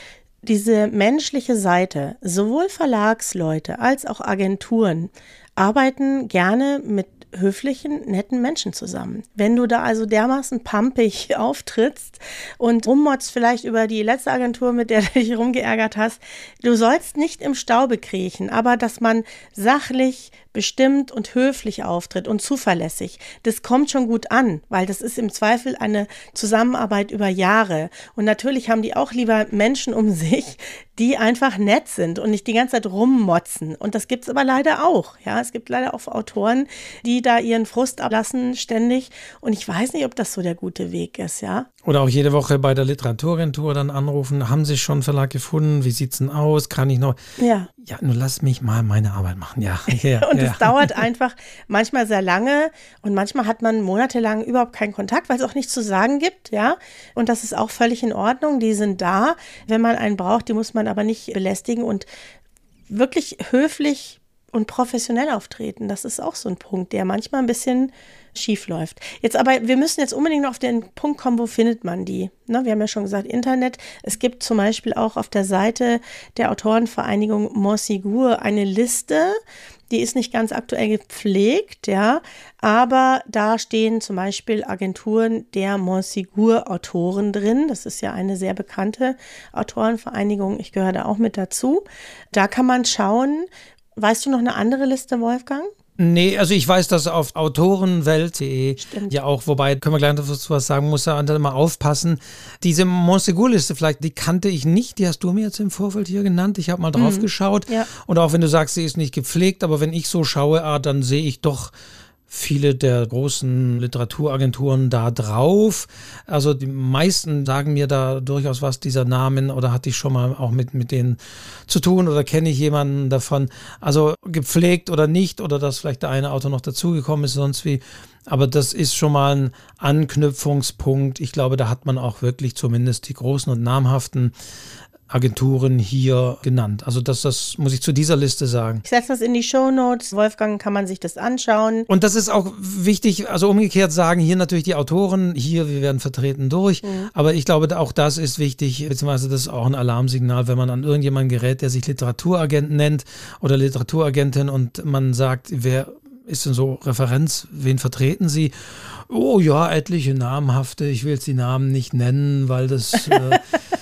Diese menschliche Seite, sowohl Verlagsleute als auch Agenturen arbeiten gerne mit höflichen, netten Menschen zusammen. Wenn du da also dermaßen pampig auftrittst und rummotzt vielleicht über die letzte Agentur, mit der du dich rumgeärgert hast, du sollst nicht im Staube kriechen, aber dass man sachlich, bestimmt und höflich auftritt und zuverlässig, das kommt schon gut an, weil das ist im Zweifel eine Zusammenarbeit über Jahre. Und natürlich haben die auch lieber Menschen um sich, die einfach nett sind und nicht die ganze Zeit rummotzen. Und das gibt's aber leider auch. Ja, es gibt leider auch Autoren, die da ihren Frust ablassen ständig. Und ich weiß nicht, ob das so der gute Weg ist, ja. Oder auch jede Woche bei der Literaturagentur dann anrufen. Haben Sie schon einen Verlag gefunden? Wie sieht's denn aus? Kann ich noch? Ja. Ja, nur lass mich mal meine Arbeit machen. Ja. ja und ja. es dauert einfach manchmal sehr lange und manchmal hat man monatelang überhaupt keinen Kontakt, weil es auch nichts zu sagen gibt, ja. Und das ist auch völlig in Ordnung. Die sind da, wenn man einen braucht. Die muss man aber nicht belästigen und wirklich höflich und professionell auftreten. Das ist auch so ein Punkt, der manchmal ein bisschen schief läuft. Jetzt aber, wir müssen jetzt unbedingt noch auf den Punkt kommen, wo findet man die? Ne, wir haben ja schon gesagt, Internet. Es gibt zum Beispiel auch auf der Seite der Autorenvereinigung Montségur eine Liste, die ist nicht ganz aktuell gepflegt, ja, aber da stehen zum Beispiel Agenturen der Montségur-Autoren drin. Das ist ja eine sehr bekannte Autorenvereinigung. Ich gehöre da auch mit dazu. Da kann man schauen. Weißt du noch eine andere Liste, Wolfgang? Nee, also ich weiß, dass auf autorenwelt punkt de ja auch, wobei, können wir gleich dazu was sagen, muss da mal aufpassen. Diese Montségur-Liste vielleicht, die kannte ich nicht, die hast du mir jetzt im Vorfeld hier genannt. Ich habe mal drauf mhm. geschaut. Ja. Und auch wenn du sagst, sie ist nicht gepflegt, aber wenn ich so schaue, ah, dann sehe ich doch viele der großen Literaturagenturen da drauf. Also die meisten sagen mir da durchaus was, dieser Namen, oder hatte ich schon mal auch mit, mit denen zu tun oder kenne ich jemanden davon. Also gepflegt oder nicht, oder dass vielleicht der eine Autor noch dazugekommen ist, sonst wie. Aber das ist schon mal ein Anknüpfungspunkt. Ich glaube, da hat man auch wirklich zumindest die großen und namhaften Agenturen hier genannt. Also das, das muss ich zu dieser Liste sagen. Ich setze das in die Shownotes. Wolfgang, kann man sich das anschauen. Und das ist auch wichtig, also umgekehrt sagen, hier natürlich die Autoren, hier, wir werden vertreten durch. Mhm. Aber ich glaube, auch das ist wichtig, beziehungsweise das ist auch ein Alarmsignal, wenn man an irgendjemanden gerät, der sich Literaturagent nennt oder Literaturagentin, und man sagt, wer ist denn so Referenz, wen vertreten Sie? Oh ja, etliche namhafte, ich will jetzt die Namen nicht nennen, weil das, äh,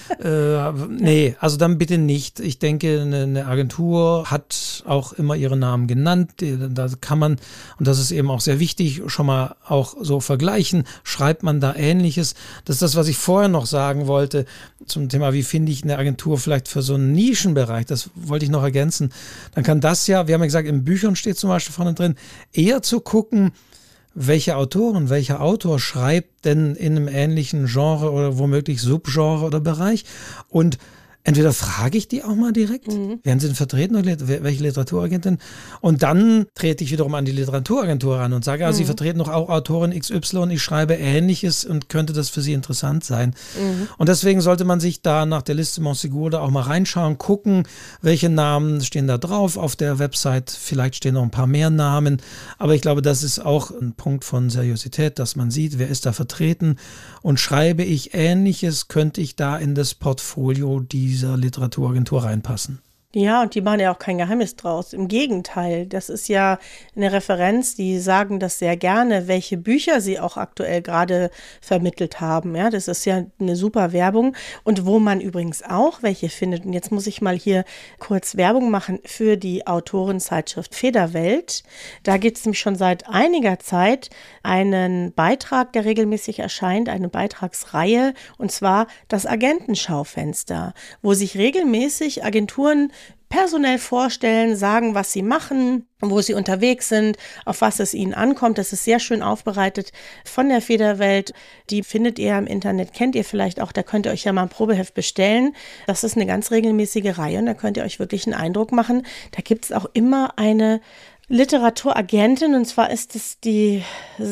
äh, nee, also dann bitte nicht. Ich denke, eine, eine Agentur hat auch immer ihre Namen genannt, da kann man, und das ist eben auch sehr wichtig, schon mal auch so vergleichen, schreibt man da Ähnliches. Das ist das, was ich vorher noch sagen wollte, zum Thema, wie finde ich eine Agentur vielleicht für so einen Nischenbereich, das wollte ich noch ergänzen. Dann kann das ja, wir haben ja gesagt, in Büchern steht zum Beispiel vorne drin, eher zu gucken, welche Autoren, welcher Autor schreibt denn in einem ähnlichen Genre oder womöglich Subgenre oder Bereich, und entweder frage ich die auch mal direkt, mhm. werden sie denn vertreten oder welche Literaturagentin? Und dann trete ich wiederum an die Literaturagentur ran und sage, ah, mhm. sie vertreten doch auch Autorin X Y, ich schreibe Ähnliches und könnte das für sie interessant sein. Mhm. Und deswegen sollte man sich da nach der Liste Montségur da auch mal reinschauen, gucken, welche Namen stehen da drauf auf der Website. Vielleicht stehen noch ein paar mehr Namen, aber ich glaube, das ist auch ein Punkt von Seriosität, dass man sieht, wer ist da vertreten, und schreibe ich Ähnliches, könnte ich da in das Portfolio die dieser Literaturagentur reinpassen. Ja, und die machen ja auch kein Geheimnis draus. Im Gegenteil, das ist ja eine Referenz, die sagen das sehr gerne, welche Bücher sie auch aktuell gerade vermittelt haben. Ja, das ist ja eine super Werbung. Und wo man übrigens auch welche findet, und jetzt muss ich mal hier kurz Werbung machen für die Autorenzeitschrift Federwelt. Da gibt es nämlich schon seit einiger Zeit einen Beitrag, der regelmäßig erscheint, eine Beitragsreihe, und zwar das Agentenschaufenster, wo sich regelmäßig Agenturen personell vorstellen, sagen, was sie machen, wo sie unterwegs sind, auf was es ihnen ankommt. Das ist sehr schön aufbereitet von der Federwelt. Die findet ihr im Internet, kennt ihr vielleicht auch. Da könnt ihr euch ja mal ein Probeheft bestellen. Das ist eine ganz regelmäßige Reihe und da könnt ihr euch wirklich einen Eindruck machen. Da gibt es auch immer eine Literaturagentin, und zwar ist es die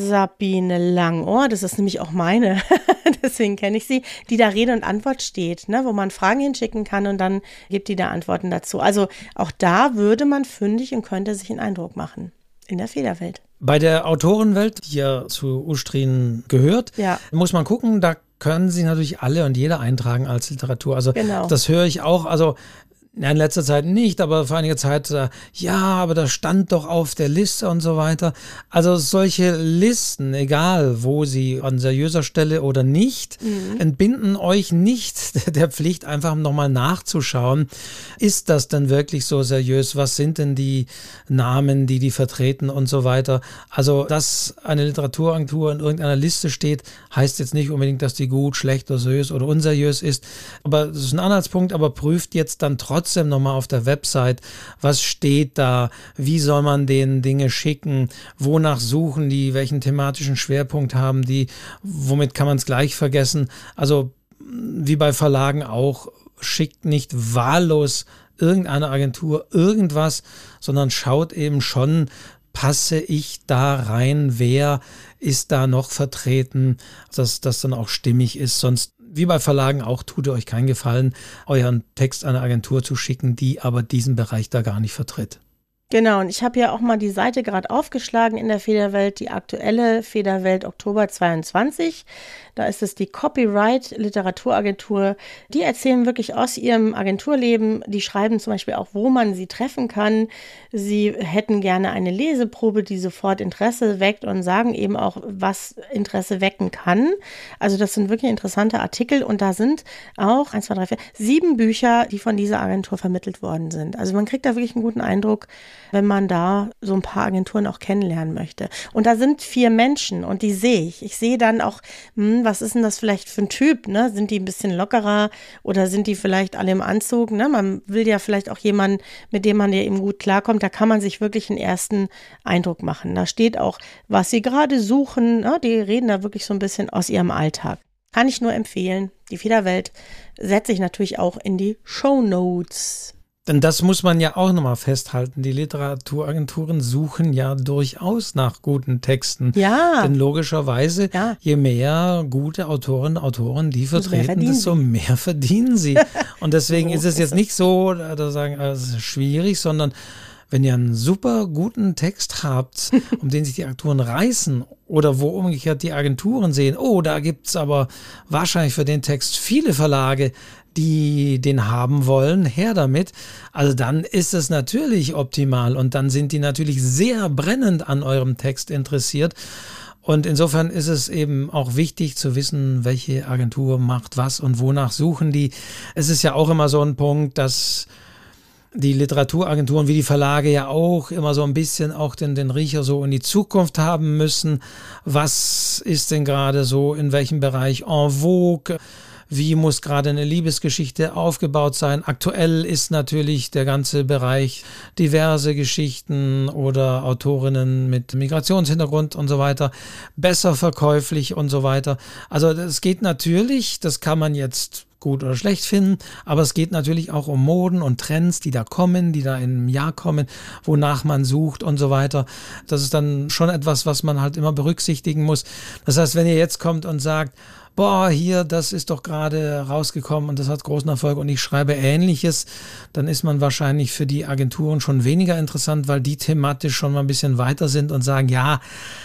Sabine Langohr, das ist nämlich auch meine, deswegen kenne ich sie, die da Rede und Antwort steht, ne, wo man Fragen hinschicken kann und dann gibt die da Antworten dazu. Also auch da würde man fündig und könnte sich einen Eindruck machen in der Federwelt. Bei der Autorenwelt, die ja zu Ustrin gehört, ja. muss man gucken, da können sie natürlich alle und jeder eintragen als Literatur. Also genau. Das höre ich auch, also ja, in letzter Zeit nicht, aber vor einiger Zeit, äh, ja, aber das stand doch auf der Liste und so weiter. Also solche Listen, egal wo sie an seriöser Stelle oder nicht, mhm. entbinden euch nicht der Pflicht, einfach nochmal nachzuschauen, ist das denn wirklich so seriös? Was sind denn die Namen, die die vertreten und so weiter? Also, dass eine Literaturagentur in irgendeiner Liste steht, heißt jetzt nicht unbedingt, dass die gut, schlecht oder seriös oder unseriös ist. Aber das ist ein Anhaltspunkt, aber prüft jetzt dann trotzdem trotzdem nochmal auf der Website, was steht da, wie soll man denen Dinge schicken, wonach suchen die, welchen thematischen Schwerpunkt haben die, womit kann man es gleich vergessen. Also wie bei Verlagen auch, schickt nicht wahllos irgendeine Agentur irgendwas, sondern schaut eben schon, passe ich da rein, wer ist da noch vertreten, dass das dann auch stimmig ist. Sonst, wie bei Verlagen auch, tut ihr euch keinen Gefallen, euren Text an eine Agentur zu schicken, die aber diesen Bereich da gar nicht vertritt. Genau, und ich habe ja auch mal die Seite gerade aufgeschlagen in der Federwelt, die aktuelle Federwelt Oktober zweiundzwanzig. Da ist es die Copyright Literaturagentur. Die erzählen wirklich aus ihrem Agenturleben. Die schreiben zum Beispiel auch, wo man sie treffen kann. Sie hätten gerne eine Leseprobe, die sofort Interesse weckt und sagen eben auch, was Interesse wecken kann. Also das sind wirklich interessante Artikel und da sind auch eins, zwei, drei, vier, sieben Bücher, die von dieser Agentur vermittelt worden sind. Also man kriegt da wirklich einen guten Eindruck, wenn man da so ein paar Agenturen auch kennenlernen möchte. Und da sind vier Menschen und die sehe ich. Ich sehe dann auch, hm, was ist denn das vielleicht für ein Typ? Ne? Sind die ein bisschen lockerer oder sind die vielleicht alle im Anzug? Ne? Man will ja vielleicht auch jemanden, mit dem man ja eben gut klarkommt. Da kann man sich wirklich einen ersten Eindruck machen. Da steht auch, was sie gerade suchen. Ne? Die reden da wirklich so ein bisschen aus ihrem Alltag. Kann ich nur empfehlen. Die Federwelt setze ich natürlich auch in die Shownotes. Denn das muss man ja auch nochmal festhalten. Die Literaturagenturen suchen ja durchaus nach guten Texten. Ja. Denn logischerweise, ja. je mehr gute Autorinnen und Autoren die vertreten, desto mehr verdienen sie. Und deswegen so ist es jetzt nicht so, da sagen, es ist schwierig, sondern wenn ihr einen super guten Text habt, um den sich die Agenturen reißen oder wo umgekehrt die Agenturen sehen, oh, da gibt's aber wahrscheinlich für den Text viele Verlage, die den haben wollen, her damit. Also dann ist es natürlich optimal und dann sind die natürlich sehr brennend an eurem Text interessiert. Und insofern ist es eben auch wichtig zu wissen, welche Agentur macht was und wonach suchen die. Es ist ja auch immer so ein Punkt, dass die Literaturagenturen wie die Verlage ja auch immer so ein bisschen auch den, den Riecher so in die Zukunft haben müssen. Was ist denn gerade so in welchem Bereich en vogue? Wie muss gerade eine Liebesgeschichte aufgebaut sein? Aktuell ist natürlich der ganze Bereich diverse Geschichten oder Autorinnen mit Migrationshintergrund und so weiter besser verkäuflich und so weiter. Also es geht natürlich, das kann man jetzt gut oder schlecht finden, aber es geht natürlich auch um Moden und Trends, die da kommen, die da im Jahr kommen, wonach man sucht und so weiter. Das ist dann schon etwas, was man halt immer berücksichtigen muss. Das heißt, wenn ihr jetzt kommt und sagt, boah, hier, das ist doch gerade rausgekommen und das hat großen Erfolg und ich schreibe Ähnliches, dann ist man wahrscheinlich für die Agenturen schon weniger interessant, weil die thematisch schon mal ein bisschen weiter sind und sagen, ja,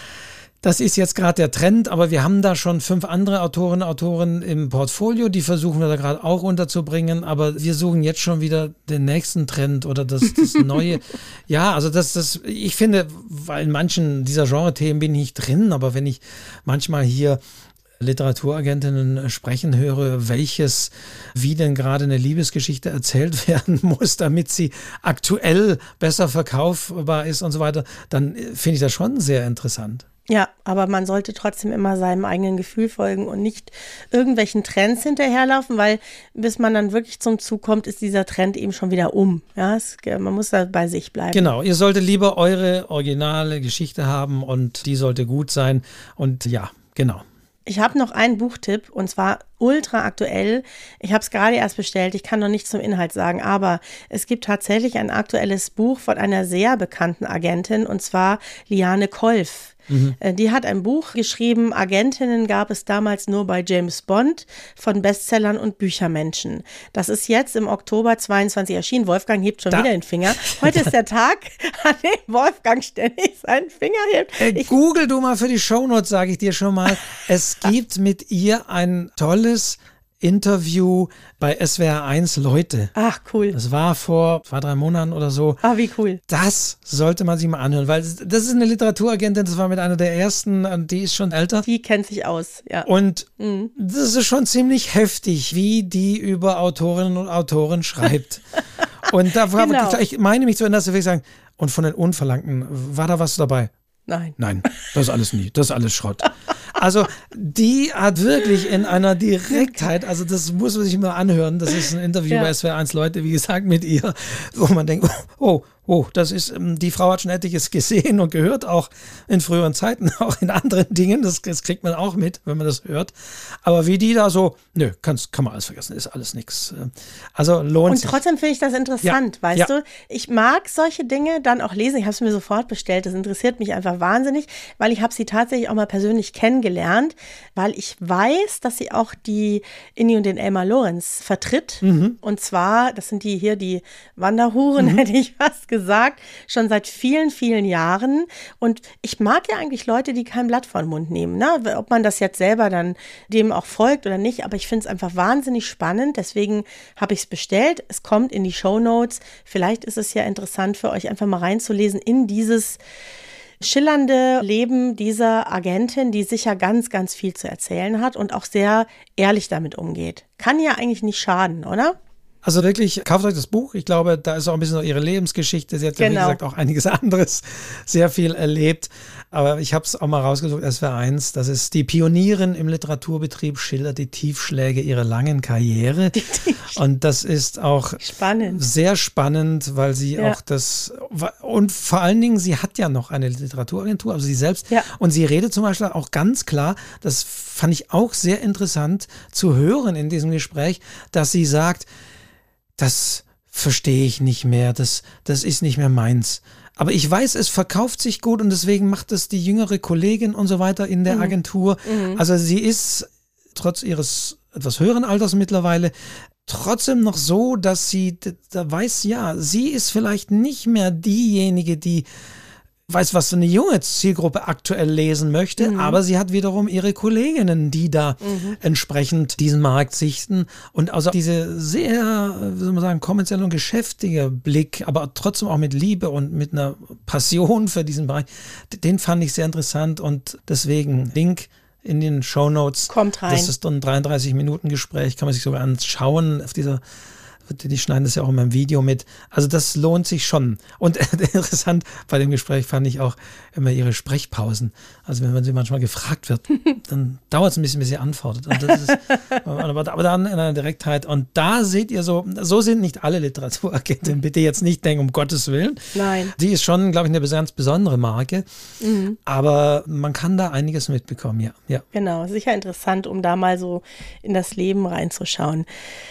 das ist jetzt gerade der Trend, aber wir haben da schon fünf andere Autorinnen und Autoren im Portfolio, die versuchen wir da gerade auch unterzubringen, aber wir suchen jetzt schon wieder den nächsten Trend oder das, das Neue. Ja, also das, das, ich finde, weil in manchen dieser Genre-Themen bin ich nicht drin, aber wenn ich manchmal hier Literaturagentinnen sprechen höre, welches, wie denn gerade eine Liebesgeschichte erzählt werden muss, damit sie aktuell besser verkaufbar ist und so weiter, dann finde ich das schon sehr interessant. Ja, aber man sollte trotzdem immer seinem eigenen Gefühl folgen und nicht irgendwelchen Trends hinterherlaufen, weil bis man dann wirklich zum Zug kommt, ist dieser Trend eben schon wieder um. Ja, es, man muss da bei sich bleiben. Genau, ihr solltet lieber eure originale Geschichte haben und die sollte gut sein und ja, genau. Ich habe noch einen Buchtipp und zwar ultra aktuell. Ich habe es gerade erst bestellt, ich kann noch nichts zum Inhalt sagen, aber es gibt tatsächlich ein aktuelles Buch von einer sehr bekannten Agentin und zwar Liane Kolf. Mhm. Die hat ein Buch geschrieben, Agentinnen gab es damals nur bei James Bond, von Bestsellern und Büchermenschen. Das ist jetzt im Oktober zweiundzwanzig erschienen. Wolfgang hebt schon da. wieder den Finger. Heute ist der Tag, an dem Wolfgang ständig seinen Finger hebt. Äh, Google du mal für die Shownotes, sage ich dir schon mal. Es gibt mit ihr ein tolles Interview bei S W R eins Leute. Ach, cool. Das war vor zwei, drei Monaten oder so. Ah, wie cool. Das sollte man sich mal anhören, weil das ist eine Literaturagentin, das war mit einer der ersten, die ist schon älter. Die kennt sich aus, ja. Und mhm. das ist schon ziemlich heftig, wie die über Autorinnen und Autoren schreibt. Und da war genau. ich, ich meine mich zu erinnern, dass wir sagen, und von den Unverlangten, war da was dabei? Nein. Nein, das ist alles nie, das ist alles Schrott. Also die hat wirklich in einer Direktheit, also das muss man sich mal anhören, das ist ein Interview Ja. bei S W R eins Leute, wie gesagt, mit ihr, wo man denkt, oh, oh, das ist, die Frau hat schon etliches gesehen und gehört auch in früheren Zeiten, auch in anderen Dingen, das, das kriegt man auch mit, wenn man das hört. Aber wie die da so, nö, kann's, kann man alles vergessen, ist alles nichts. Also lohnt Und sich. trotzdem finde ich das interessant, Ja, weißt ja. du? Ich mag solche Dinge dann auch lesen. Ich habe es mir sofort bestellt. Das interessiert mich einfach wahnsinnig, weil ich habe sie tatsächlich auch mal persönlich kennengelernt, weil ich weiß, dass sie auch die Inni und den Elmar Lorenz vertritt. Mhm. Und zwar, das sind die hier, die Wanderhuren, Mhm. hätte ich fast gesagt, schon seit vielen, vielen Jahren. Und ich mag ja eigentlich Leute, die kein Blatt vor den Mund nehmen. Ne? Ob man das jetzt selber dann dem auch folgt oder nicht, aber ich finde es einfach wahnsinnig spannend. Deswegen habe ich es bestellt. Es kommt in die Shownotes. Vielleicht ist es ja interessant für euch, einfach mal reinzulesen in dieses schillernde Leben dieser Agentin, die sicher ganz, ganz viel zu erzählen hat und auch sehr ehrlich damit umgeht. Kann ja eigentlich nicht schaden, oder? Also wirklich, kauft euch das Buch. Ich glaube, da ist auch ein bisschen noch ihre Lebensgeschichte. Sie hat ja, wie Genau. gesagt, auch einiges anderes sehr viel erlebt. Aber ich habe es auch mal rausgesucht, S W R eins. Das ist die Pionierin im Literaturbetrieb, schildert die Tiefschläge ihrer langen Karriere. Und das ist auch Spannend. sehr spannend, weil sie Ja. auch das, und vor allen Dingen, sie hat ja noch eine Literaturagentur, also sie selbst. Ja. Und sie redet zum Beispiel auch ganz klar, das fand ich auch sehr interessant zu hören in diesem Gespräch, dass sie sagt, das verstehe ich nicht mehr, das, das ist nicht mehr meins. Aber ich weiß, es verkauft sich gut und deswegen macht es die jüngere Kollegin und so weiter in der Mhm. Agentur. Mhm. Also sie ist trotz ihres etwas höheren Alters mittlerweile trotzdem noch so, dass sie da weiß, ja, sie ist vielleicht nicht mehr diejenige, die weiß, was eine junge Zielgruppe aktuell lesen möchte, Mhm. aber sie hat wiederum ihre Kolleginnen, die da Mhm. entsprechend diesen Markt sichten und also diese sehr, wie soll man sagen, kommerzielle und geschäftige Blick, aber trotzdem auch mit Liebe und mit einer Passion für diesen Bereich, den fand ich sehr interessant und deswegen Link in den Shownotes. Kommt rein. Das ist dann ein dreiunddreißig Minuten Gespräch, kann man sich sogar anschauen auf dieser. Die schneiden das ja auch in meinem Video mit. Also das lohnt sich schon. Und interessant bei dem Gespräch fand ich auch immer ihre Sprechpausen. Also wenn man sie manchmal gefragt wird, dann dauert es ein bisschen, bis sie antwortet. Und das ist, aber, aber dann in einer Direktheit. Und da seht ihr so, so sind nicht alle Literaturagenten. Bitte jetzt nicht denken, um Gottes Willen. Nein. Die ist schon, glaube ich, eine ganz besondere Marke. Mhm. Aber man kann da einiges mitbekommen, ja. ja. Genau, sicher interessant, um da mal so in das Leben reinzuschauen.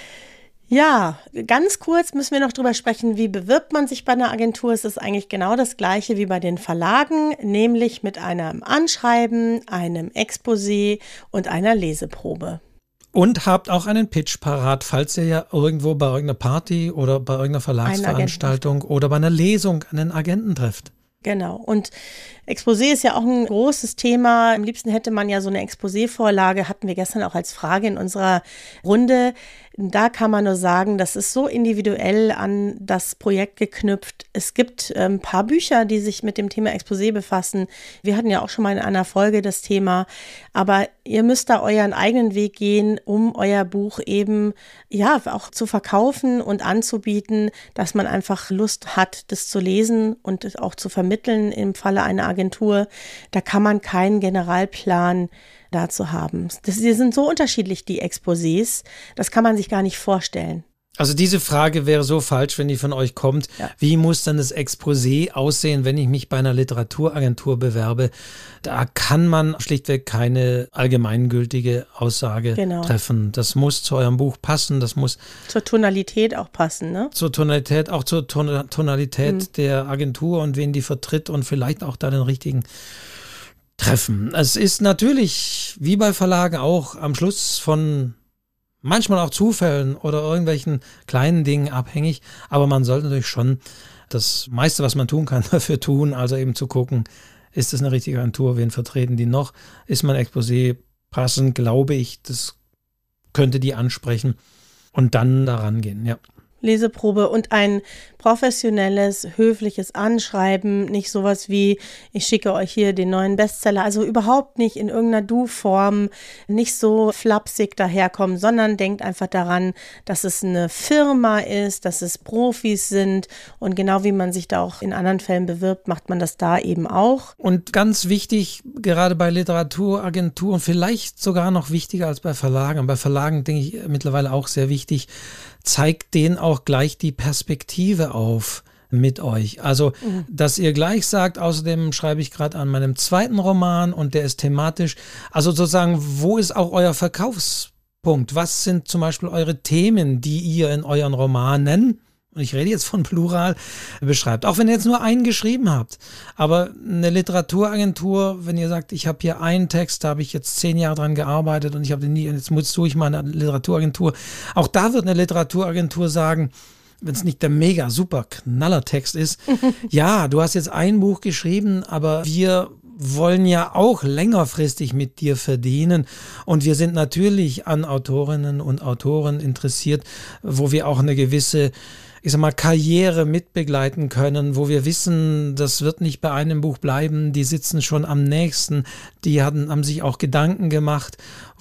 Ja, ganz kurz müssen wir noch drüber sprechen, wie bewirbt man sich bei einer Agentur? Es ist eigentlich genau das Gleiche wie bei den Verlagen, nämlich mit einem Anschreiben, einem Exposé und einer Leseprobe. Und habt auch einen Pitch parat, falls ihr ja irgendwo bei irgendeiner Party oder bei irgendeiner Verlagsveranstaltung oder bei einer Lesung einen Agenten trefft. Genau. Und Exposé ist ja auch ein großes Thema. Am liebsten hätte man ja so eine Exposé-Vorlage, hatten wir gestern auch als Frage in unserer Runde. Da kann man nur sagen, das ist so individuell an das Projekt geknüpft. Es gibt ein ähm, paar Bücher, die sich mit dem Thema Exposé befassen. Wir hatten ja auch schon mal in einer Folge das Thema. Aber ihr müsst da euren eigenen Weg gehen, um euer Buch eben ja auch zu verkaufen und anzubieten, dass man einfach Lust hat, das zu lesen und es auch zu vermitteln im Falle einer Agentur. Da kann man keinen Generalplan dazu haben. Das, die sind so unterschiedlich, die Exposés. Das kann man sich gar nicht vorstellen. Also diese Frage wäre so falsch, wenn die von euch kommt. Ja. Wie muss dann das Exposé aussehen, wenn ich mich bei einer Literaturagentur bewerbe? Da kann man schlichtweg keine allgemeingültige Aussage genau. treffen. Das muss zu eurem Buch passen. Das muss zur Tonalität auch passen, ne? Zur Tonalität, auch zur Ton- Tonalität hm. der Agentur und wen die vertritt und vielleicht auch da den richtigen treffen. Es ist natürlich, wie bei Verlagen auch, am Schluss von manchmal auch Zufällen oder irgendwelchen kleinen Dingen abhängig, aber man sollte natürlich schon das meiste, was man tun kann, dafür tun, also eben zu gucken, ist das eine richtige Agentur, wen vertreten die noch, ist mein Exposé passend, glaube ich, das könnte die ansprechen und dann daran gehen, ja. Leseprobe und ein professionelles, höfliches Anschreiben, nicht sowas wie, ich schicke euch hier den neuen Bestseller, also überhaupt nicht in irgendeiner Du-Form, nicht so flapsig daherkommen, sondern denkt einfach daran, dass es eine Firma ist, dass es Profis sind und genau wie man sich da auch in anderen Fällen bewirbt, macht man das da eben auch. Und ganz wichtig, gerade bei Literaturagenturen, vielleicht sogar noch wichtiger als bei Verlagen, bei Verlagen denke ich mittlerweile auch sehr wichtig, zeigt denen auch gleich die Perspektive auf mit euch. Also, mhm. dass ihr gleich sagt, außerdem schreibe ich gerade an meinem zweiten Roman und der ist thematisch. Also sozusagen, wo ist auch euer Verkaufspunkt? Was sind zum Beispiel eure Themen, die ihr in euren Romanen, und ich rede jetzt von Plural, beschreibt. Auch wenn ihr jetzt nur einen geschrieben habt. Aber eine Literaturagentur, wenn ihr sagt, ich habe hier einen Text, da habe ich jetzt zehn Jahre dran gearbeitet und ich habe den nie, jetzt muss ich mal eine Literaturagentur. Auch da wird eine Literaturagentur sagen, wenn es nicht der mega super Knallertext ist, ja, du hast jetzt ein Buch geschrieben, aber wir wollen ja auch längerfristig mit dir verdienen und wir sind natürlich an Autorinnen und Autoren interessiert, wo wir auch eine gewisse, ich sag mal, Karriere mitbegleiten können, wo wir wissen, das wird nicht bei einem Buch bleiben, die sitzen schon am nächsten, die hatten, haben sich auch Gedanken gemacht,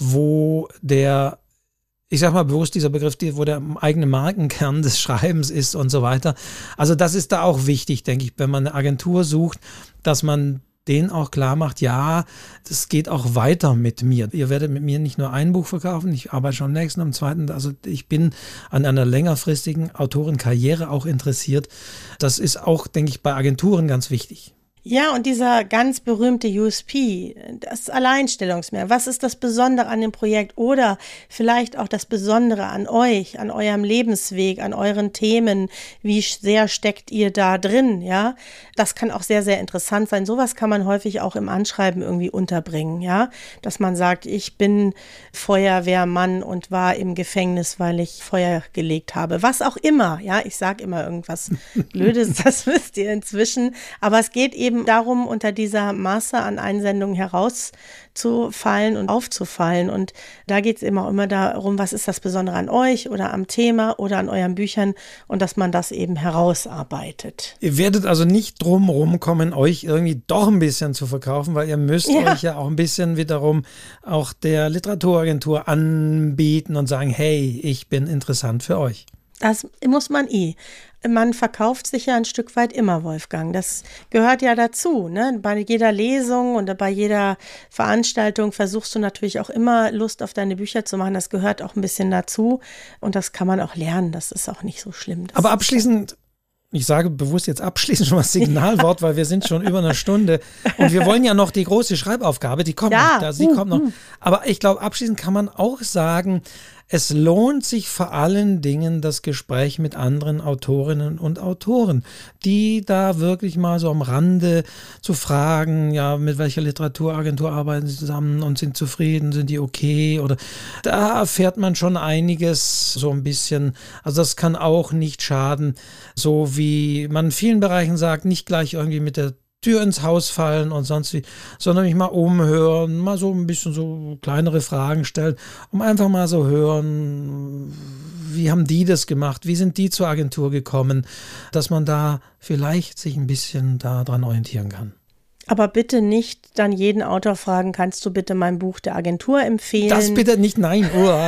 wo der, ich sag mal bewusst dieser Begriff, wo der eigene Markenkern des Schreibens ist und so weiter. Also das ist da auch wichtig, denke ich, wenn man eine Agentur sucht, dass man denen auch klar macht, ja, das geht auch weiter mit mir. Ihr werdet mit mir nicht nur ein Buch verkaufen, ich arbeite schon am nächsten, am zweiten. Also ich bin an einer längerfristigen Autorenkarriere auch interessiert. Das ist auch, denke ich, bei Agenturen ganz wichtig. Ja, und dieser ganz berühmte U S P, das Alleinstellungsmerkmal. Was ist das Besondere an dem Projekt oder vielleicht auch das Besondere an euch, an eurem Lebensweg, an euren Themen? Wie sehr steckt ihr da drin? Ja, das kann auch sehr, sehr interessant sein. Sowas kann man häufig auch im Anschreiben irgendwie unterbringen. Ja, dass man sagt, ich bin Feuerwehrmann und war im Gefängnis, weil ich Feuer gelegt habe. Was auch immer. Ja, ich sage immer irgendwas Blödes, das wisst ihr inzwischen. Aber es geht eben darum, unter dieser Masse an Einsendungen herauszufallen und aufzufallen. Und da geht es eben auch immer darum, was ist das Besondere an euch oder am Thema oder an euren Büchern und dass man das eben herausarbeitet. Ihr werdet also nicht drum rumkommen, euch irgendwie doch ein bisschen zu verkaufen, weil ihr müsst ja. euch ja auch ein bisschen wiederum auch der Literaturagentur anbieten und sagen, hey, ich bin interessant für euch. Das muss man eh. Man verkauft sich ja ein Stück weit immer, Wolfgang. Das gehört ja dazu, ne? Bei jeder Lesung und bei jeder Veranstaltung versuchst du natürlich auch immer Lust auf deine Bücher zu machen. Das gehört auch ein bisschen dazu und das kann man auch lernen. Das ist auch nicht so schlimm. Das Aber abschließend, ich sage bewusst jetzt abschließend schon mal das Signalwort, ja. weil wir sind schon über eine Stunde und wir wollen ja noch die große Schreibaufgabe, die kommt ja. noch, da, sie uh, kommt noch. Aber ich glaube, abschließend kann man auch sagen, es lohnt sich vor allen Dingen das Gespräch mit anderen Autorinnen und Autoren, die da wirklich mal so am Rande zu fragen, ja, mit welcher Literaturagentur arbeiten sie zusammen und sind zufrieden, sind die okay oder da erfährt man schon einiges so ein bisschen, also das kann auch nicht schaden, so wie man in vielen Bereichen sagt, nicht gleich irgendwie mit der Tür ins Haus fallen und sonst wie, sondern mich mal umhören, mal so ein bisschen so kleinere Fragen stellen, um einfach mal so hören, wie haben die das gemacht, wie sind die zur Agentur gekommen, dass man da vielleicht sich ein bisschen daran orientieren kann. Aber bitte nicht dann jeden Autor fragen, kannst du bitte mein Buch der Agentur empfehlen? Das bitte nicht, nein.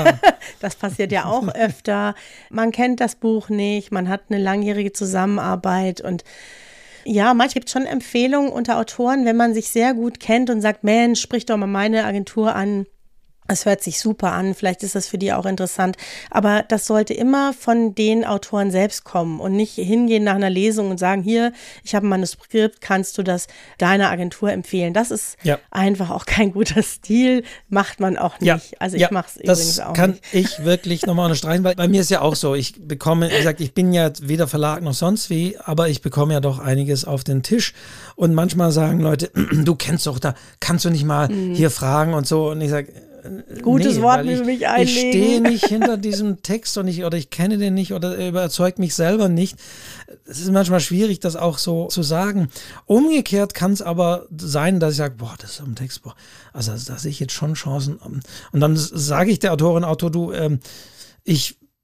Das passiert ja auch öfter. Man kennt das Buch nicht, man hat eine langjährige Zusammenarbeit und ja, manchmal gibt es schon Empfehlungen unter Autoren, wenn man sich sehr gut kennt und sagt, Mensch, sprich doch mal meine Agentur an. Es hört sich super an, vielleicht ist das für die auch interessant, aber das sollte immer von den Autoren selbst kommen und nicht hingehen nach einer Lesung und sagen, hier, ich habe ein Manuskript, kannst du das deiner Agentur empfehlen? Das ist ja. einfach auch kein guter Stil, macht man auch nicht. Ja. Also ich ja. mache es übrigens auch nicht. Das kann ich wirklich nochmal unterstreichen, weil bei mir ist ja auch so, ich bekomme, wie gesagt, ich bin ja weder Verlag noch sonst wie, aber ich bekomme ja doch einiges auf den Tisch und manchmal sagen Leute, du kennst doch da, kannst du nicht mal mhm. hier fragen und so und ich sage, Gutes nee, Wort ich, für mich einlegen. Ich stehe nicht hinter diesem Text und ich, oder ich kenne den nicht oder er überzeugt mich selber nicht. Es ist manchmal schwierig, das auch so zu sagen. Umgekehrt kann es aber sein, dass ich sage, boah, das ist am Text, boah, also da sehe ich jetzt schon Chancen. Und dann sage ich der Autorin, Autor, du, ähm, ich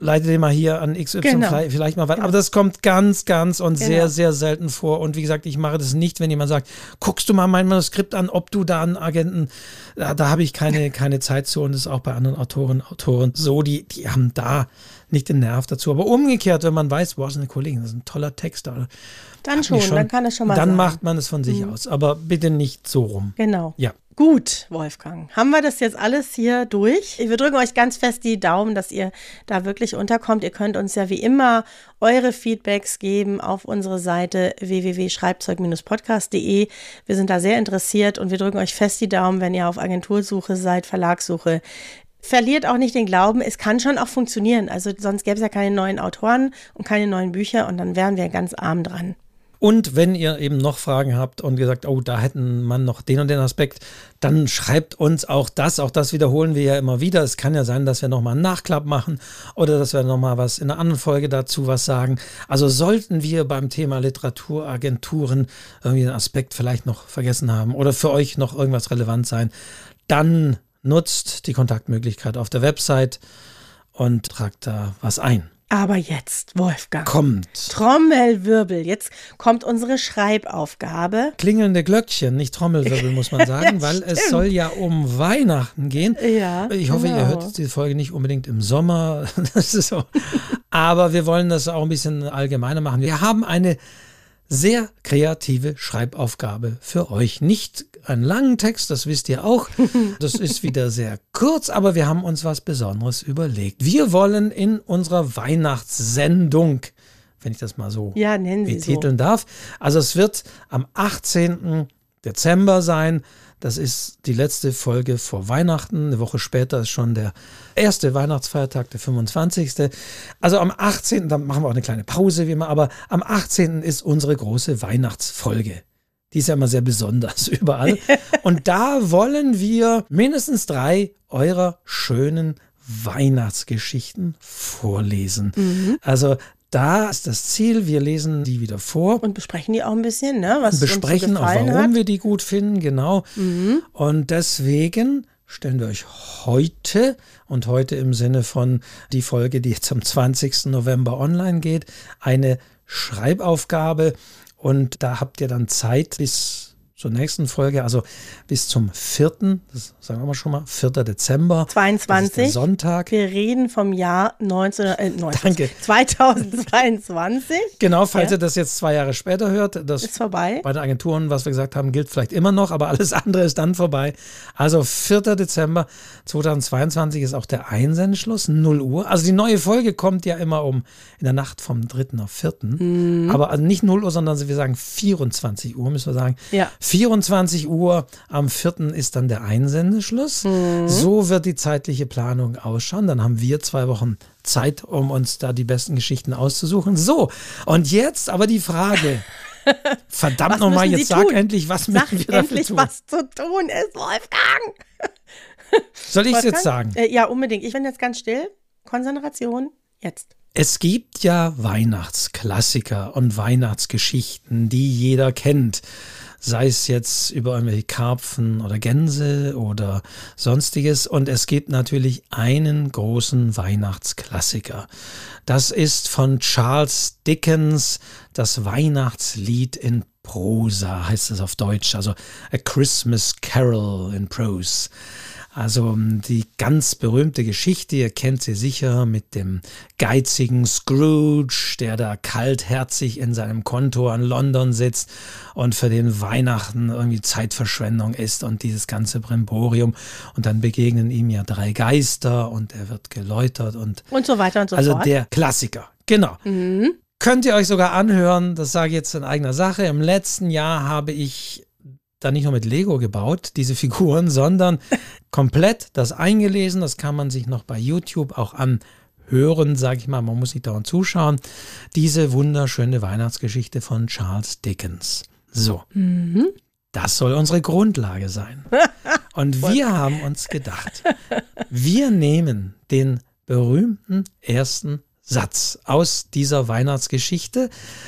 leite den mal hier an X Y Genau. vielleicht mal weiter. Genau. Aber das kommt ganz, ganz und genau. sehr, sehr selten vor. Und wie gesagt, ich mache das nicht, wenn jemand sagt, guckst du mal mein Manuskript an, ob du da einen Agenten, da, da habe ich keine, keine Zeit zu. Und das ist auch bei anderen Autoren, Autoren so, die, die haben da nicht den Nerv dazu. Aber umgekehrt, wenn man weiß, boah, das ist eine Kollegin, das ist ein toller Text. Dann schon, schon, dann kann es schon mal Dann sein. macht man es von sich mhm. aus. Aber bitte nicht so rum. Genau. Ja. Gut, Wolfgang, haben wir das jetzt alles hier durch? Wir drücken euch ganz fest die Daumen, dass ihr da wirklich unterkommt. Ihr könnt uns ja wie immer eure Feedbacks geben auf unsere Seite w w w punkt schreibzeug Bindestrich podcast punkt de. Wir sind da sehr interessiert und wir drücken euch fest die Daumen, wenn ihr auf Agentursuche seid, Verlagssuche. Verliert auch nicht den Glauben, es kann schon auch funktionieren. Also sonst gäbe es ja keine neuen Autoren und keine neuen Bücher und dann wären wir ganz arm dran. Und wenn ihr eben noch Fragen habt und gesagt, oh, da hätten man noch den und den Aspekt, dann schreibt uns auch das. Auch das wiederholen wir ja immer wieder. Es kann ja sein, dass wir nochmal einen Nachklapp machen oder dass wir nochmal was in einer anderen Folge dazu was sagen. Also sollten wir beim Thema Literaturagenturen irgendwie einen Aspekt vielleicht noch vergessen haben oder für euch noch irgendwas relevant sein, dann nutzt die Kontaktmöglichkeit auf der Website und tragt da was ein. Aber jetzt, Wolfgang. Kommt. Trommelwirbel. Jetzt kommt unsere Schreibaufgabe. Klingelnde Glöckchen, nicht Trommelwirbel, muss man sagen, ja, weil stimmt. Es soll ja um Weihnachten gehen. Ja, ich hoffe, genau. Ihr hört jetzt die Folge nicht unbedingt im Sommer. Das ist so. Aber wir wollen das auch ein bisschen allgemeiner machen. Wir haben eine sehr kreative Schreibaufgabe für euch. Nicht einen langen Text, das wisst ihr auch. Das ist wieder sehr kurz, aber wir haben uns was Besonderes überlegt. Wir wollen in unserer Weihnachtssendung, wenn ich das mal so ja, nennen Sie betiteln so. darf, also es wird am achtzehnten Dezember sein. Das ist die letzte Folge vor Weihnachten. Eine Woche später ist schon der erste Weihnachtsfeiertag, der fünfundzwanzigste Also am achtzehnten, dann machen wir auch eine kleine Pause, wie immer, aber am achtzehnten ist unsere große Weihnachtsfolge. Die ist ja immer sehr besonders überall. Und da wollen wir mindestens drei eurer schönen Weihnachtsgeschichten vorlesen. Mhm. Also da ist das Ziel, wir lesen die wieder vor. Und besprechen die auch ein bisschen, ne? Was besprechen uns so auch, warum hat. wir die gut finden, genau. Mhm. Und deswegen stellen wir euch heute, und heute im Sinne von die Folge, die jetzt am zwanzigsten November online geht, eine Schreibaufgabe. Und da habt ihr dann Zeit bis zur nächsten Folge, also bis zum vierten, das sagen wir mal schon mal, vierten Dezember. zweiundzwanzig. Das ist der Sonntag. Wir reden vom Jahr neunzehn, äh, neunzehn, Danke. zweitausendzweiundzwanzig. Genau, falls ja. ihr das jetzt zwei Jahre später hört. Das ist vorbei. Bei den Agenturen, was wir gesagt haben, gilt vielleicht immer noch, aber alles andere ist dann vorbei. Also vierten Dezember zweitausendzweiundzwanzig ist auch der Einsendeschluss, null Uhr. Also die neue Folge kommt ja immer um in der Nacht vom dritten auf vierten. Mhm. Aber also nicht null Uhr, sondern wir sagen vierundzwanzig Uhr, müssen wir sagen. Ja. vierundzwanzig Uhr am vierten ist dann der Einsendeschluss. Mhm. So wird die zeitliche Planung ausschauen. Dann haben wir zwei Wochen Zeit, um uns da die besten Geschichten auszusuchen. So, und jetzt aber die Frage. Verdammt nochmal, jetzt sag tun? endlich, was sag müssen wir dafür endlich, tun? was zu tun ist, Wolfgang. Soll ich es jetzt sagen? Äh, ja, unbedingt. Ich bin jetzt ganz still. Konzentration, jetzt. Es gibt ja Weihnachtsklassiker und Weihnachtsgeschichten, die jeder kennt. Sei es jetzt über irgendwelche Karpfen oder Gänse oder sonstiges. Und es gibt natürlich einen großen Weihnachtsklassiker. Das ist von Charles Dickens, das Weihnachtslied in Prosa, heißt es auf Deutsch. Also A Christmas Carol in Prose. Also die ganz berühmte Geschichte, ihr kennt sie sicher, mit dem geizigen Scrooge, der da kaltherzig in seinem Konto an London sitzt und für den Weihnachten irgendwie Zeitverschwendung ist und dieses ganze Brimborium. Und dann begegnen ihm ja drei Geister und er wird geläutert und, und so weiter und so also fort. Also der Klassiker, genau. Mhm. Könnt ihr euch sogar anhören, das sage ich jetzt in eigener Sache. Im letzten Jahr habe ich da nicht nur mit Lego gebaut, diese Figuren, sondern komplett das eingelesen. Das kann man sich noch bei YouTube auch anhören, sage ich mal. Man muss nicht dauernd zuschauen. Diese wunderschöne Weihnachtsgeschichte von Charles Dickens. So, mhm. Das soll unsere Grundlage sein. Und wir haben uns gedacht, wir nehmen den berühmten ersten Satz aus dieser Weihnachtsgeschichte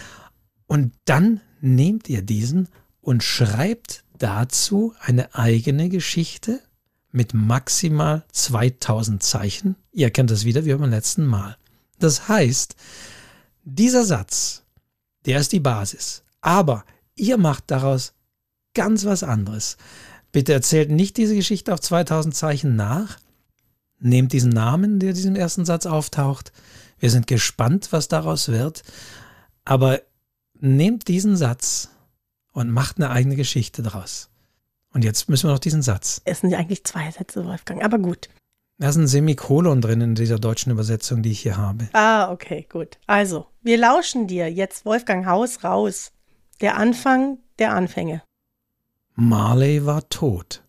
und dann nehmt ihr diesen und schreibt dazu eine eigene Geschichte mit maximal zweitausend Zeichen. Ihr kennt das wieder wie beim letzten Mal. Das heißt, dieser Satz, der ist die Basis. Aber ihr macht daraus ganz was anderes. Bitte erzählt nicht diese Geschichte auf zweitausend Zeichen nach. Nehmt diesen Namen, der in diesem ersten Satz auftaucht. Wir sind gespannt, was daraus wird. Aber nehmt diesen Satz und macht eine eigene Geschichte draus. Und jetzt müssen wir noch diesen Satz. Es sind eigentlich zwei Sätze, Wolfgang, aber gut. Da ist ein Semikolon drin in dieser deutschen Übersetzung, die ich hier habe. Ah, okay, gut. Also, wir lauschen dir jetzt, Wolfgang, Haus raus. Der Anfang der Anfänge. Marley war tot.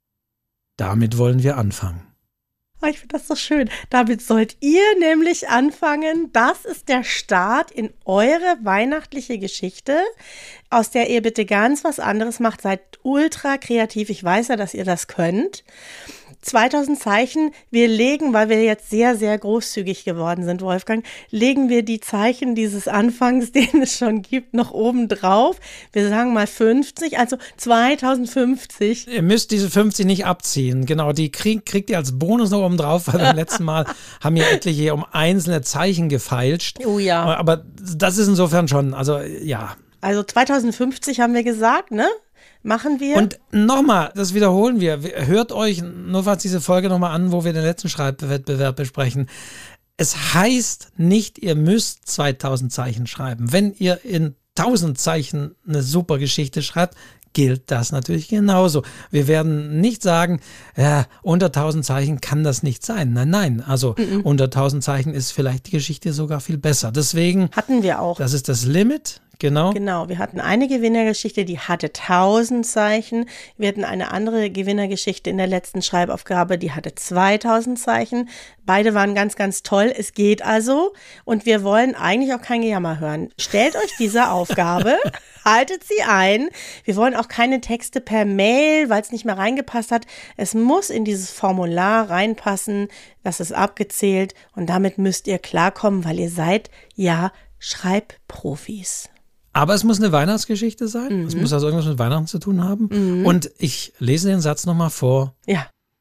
Damit wollen wir anfangen. Oh, ich finde das so schön. Damit sollt ihr nämlich anfangen. Das ist der Start in eure weihnachtliche Geschichte, aus der ihr bitte ganz was anderes macht. Seid ultra kreativ. Ich weiß ja, dass ihr das könnt. zweitausend Zeichen, wir legen, weil wir jetzt sehr, sehr großzügig geworden sind, Wolfgang, legen wir die Zeichen dieses Anfangs, den es schon gibt, noch oben drauf. Wir sagen mal fünfzig, also zweitausendfünfzig. Ihr müsst diese fünfzig nicht abziehen. Genau, die krieg, kriegt ihr als Bonus noch oben drauf, weil beim letzten Mal haben ja etliche um einzelne Zeichen gefeilscht. Oh ja. Aber das ist insofern schon, also ja. Also zweitausendfünfzig haben wir gesagt, ne? Machen wir. Und nochmal, das wiederholen wir. Hört euch nur falls diese Folge nochmal an, wo wir den letzten Schreibwettbewerb besprechen. Es heißt nicht, ihr müsst zweitausend Zeichen schreiben. Wenn ihr in tausend Zeichen eine super Geschichte schreibt, gilt das natürlich genauso. Wir werden nicht sagen, ja, unter tausend Zeichen kann das nicht sein. Nein, nein. Also mm-mm. unter tausend Zeichen ist vielleicht die Geschichte sogar viel besser. Deswegen hatten wir auch. Das ist das Limit. Genau. Genau, wir hatten eine Gewinnergeschichte, die hatte tausend Zeichen. Wir hatten eine andere Gewinnergeschichte in der letzten Schreibaufgabe, die hatte zweitausend Zeichen. Beide waren ganz, ganz toll. Es geht also. Und wir wollen eigentlich auch kein Gejammer hören. Stellt euch diese Aufgabe, haltet sie ein. Wir wollen auch keine Texte per Mail, weil es nicht mehr reingepasst hat. Es muss in dieses Formular reinpassen. Das ist abgezählt. Und damit müsst ihr klarkommen, weil ihr seid ja Schreibprofis. Aber es muss eine Weihnachtsgeschichte sein. Mhm. Es muss also irgendwas mit Weihnachten zu tun haben. Mhm. Und ich lese den Satz nochmal vor. Ja.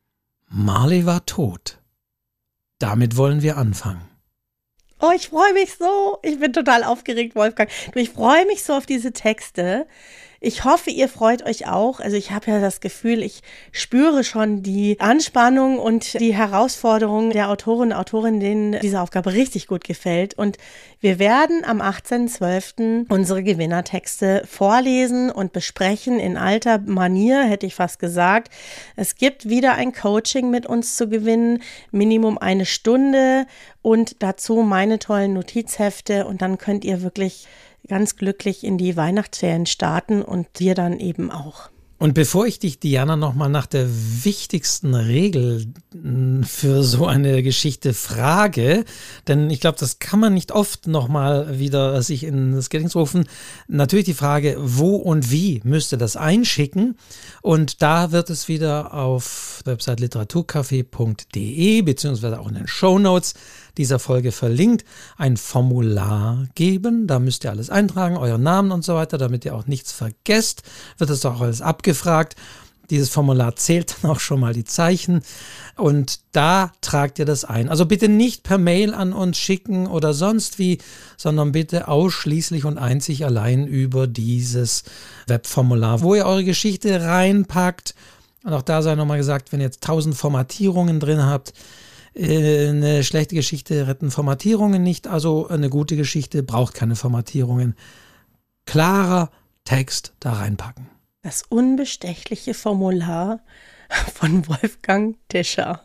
Marley war tot. Damit wollen wir anfangen. Oh, ich freue mich so. Ich bin total aufgeregt, Wolfgang. Du, ich freue mich so auf diese Texte. Ich hoffe, ihr freut euch auch. Also ich habe ja das Gefühl, ich spüre schon die Anspannung und die Herausforderung der Autorinnen und Autoren, denen diese Aufgabe richtig gut gefällt. Und wir werden am achtzehnten zwölften unsere Gewinnertexte vorlesen und besprechen in alter Manier, hätte ich fast gesagt. Es gibt wieder ein Coaching mit uns zu gewinnen, Minimum eine Stunde und dazu meine tollen Notizhefte. Und dann könnt ihr wirklich ganz glücklich in die Weihnachtsferien starten und wir dann eben auch. Und bevor ich dich, Diana, nochmal nach der wichtigsten Regel für so eine Geschichte frage, denn ich glaube, das kann man nicht oft nochmal wieder sich in das Gedächtnis rufen, natürlich die Frage, wo und wie müsst ihr das einschicken? Und da wird es wieder auf der Website literaturcafé punkt de beziehungsweise auch in den Shownotes dieser Folge verlinkt, ein Formular geben. Da müsst ihr alles eintragen, euren Namen und so weiter, damit ihr auch nichts vergesst. Wird das auch alles abgefragt. Dieses Formular zählt dann auch schon mal die Zeichen und da tragt ihr das ein. Also bitte nicht per Mail an uns schicken oder sonst wie, sondern bitte ausschließlich und einzig allein über dieses Webformular, wo ihr eure Geschichte reinpackt. Und auch da sei nochmal gesagt, wenn ihr jetzt tausend Formatierungen drin habt, eine schlechte Geschichte retten Formatierungen nicht, also eine gute Geschichte braucht keine Formatierungen. Klarer Text da reinpacken. Das unbestechliche Formular von Wolfgang Tischer.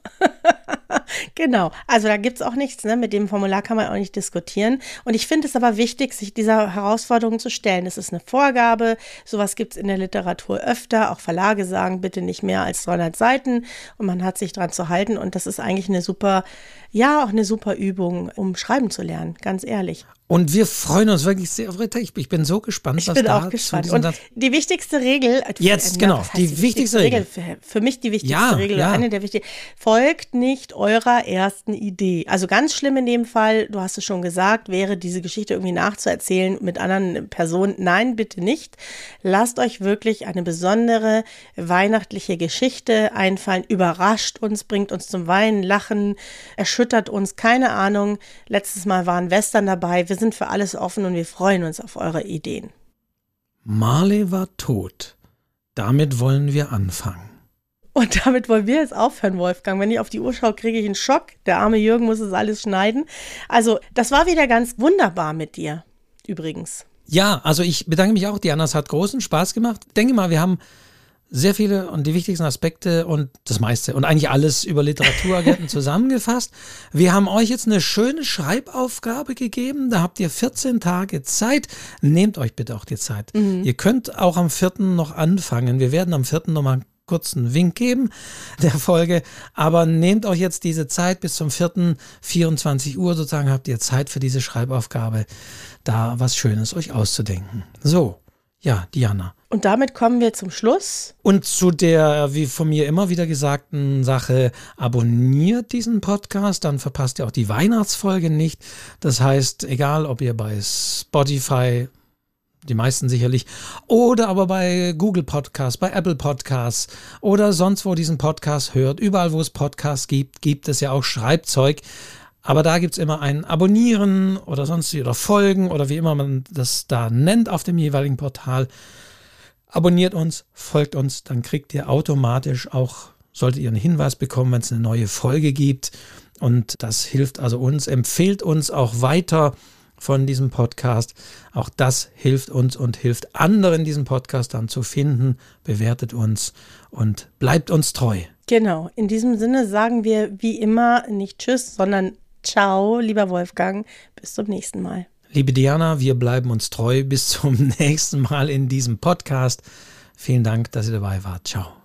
Genau, also da gibt es auch nichts, ne? Mit dem Formular kann man auch nicht diskutieren. Und ich finde es aber wichtig, sich dieser Herausforderung zu stellen. Es ist eine Vorgabe, sowas gibt es in der Literatur öfter. Auch Verlage sagen, bitte nicht mehr als dreihundert Seiten und man hat sich dran zu halten. Und das ist eigentlich eine super, ja, auch eine super Übung, um schreiben zu lernen, ganz ehrlich. Und wir freuen uns wirklich sehr auf Rita. Ich, ich bin so gespannt, ich was bin da auch gespannt. zu Und die wichtigste Regel. Jetzt, äh, genau, was heißt die, die wichtigste Regel. Regel. Für, für mich die wichtigste ja, Regel. Ja. Eine der wichtigsten. Folgt nicht eurer ersten Idee. Also ganz schlimm in dem Fall, du hast es schon gesagt, wäre diese Geschichte irgendwie nachzuerzählen mit anderen Personen. Nein, bitte nicht. Lasst euch wirklich eine besondere weihnachtliche Geschichte einfallen. Überrascht uns, bringt uns zum Weinen, Lachen, erschüttert uns. Keine Ahnung. Letztes Mal waren Western dabei. Wir sind für alles offen und wir freuen uns auf eure Ideen. Marley war tot. Damit wollen wir anfangen. Und damit wollen wir jetzt aufhören, Wolfgang. Wenn ich auf die Uhr schaue, kriege ich einen Schock. Der arme Jürgen muss es alles schneiden. Also, das war wieder ganz wunderbar mit dir, übrigens. Ja, also ich bedanke mich auch, Diana. Es hat großen Spaß gemacht. Ich denke mal, wir haben sehr viele und die wichtigsten Aspekte und das meiste und eigentlich alles über Literaturagenten zusammengefasst. Wir haben euch jetzt eine schöne Schreibaufgabe gegeben. Da habt ihr vierzehn Tage Zeit. Nehmt euch bitte auch die Zeit. Mhm. Ihr könnt auch am vierten noch anfangen. Wir werden am vierten nochmal einen kurzen Wink geben der Folge. Aber nehmt euch jetzt diese Zeit bis zum vierten vierundzwanzig Uhr sozusagen habt ihr Zeit für diese Schreibaufgabe, da was Schönes euch auszudenken. So, ja, Diana. Und damit kommen wir zum Schluss. Und zu der, wie von mir immer wieder gesagten Sache, abonniert diesen Podcast, dann verpasst ihr auch die Weihnachtsfolge nicht. Das heißt, egal ob ihr bei Spotify, die meisten sicherlich, oder aber bei Google Podcasts, bei Apple Podcasts oder sonst wo diesen Podcast hört, überall wo es Podcasts gibt, gibt es ja auch Schreibzeug. Aber da gibt es immer ein Abonnieren oder sonst oder Folgen oder wie immer man das da nennt auf dem jeweiligen Portal. Abonniert uns, folgt uns, dann kriegt ihr automatisch auch, solltet ihr einen Hinweis bekommen, wenn es eine neue Folge gibt. Und das hilft also uns, empfehlt uns auch weiter von diesem Podcast. Auch das hilft uns und hilft anderen, diesen Podcast dann zu finden. Bewertet uns und bleibt uns treu. Genau, in diesem Sinne sagen wir wie immer nicht Tschüss, sondern Ciao, lieber Wolfgang. Bis zum nächsten Mal. Liebe Diana, wir bleiben uns treu. Bis zum nächsten Mal in diesem Podcast. Vielen Dank, dass ihr dabei wart. Ciao.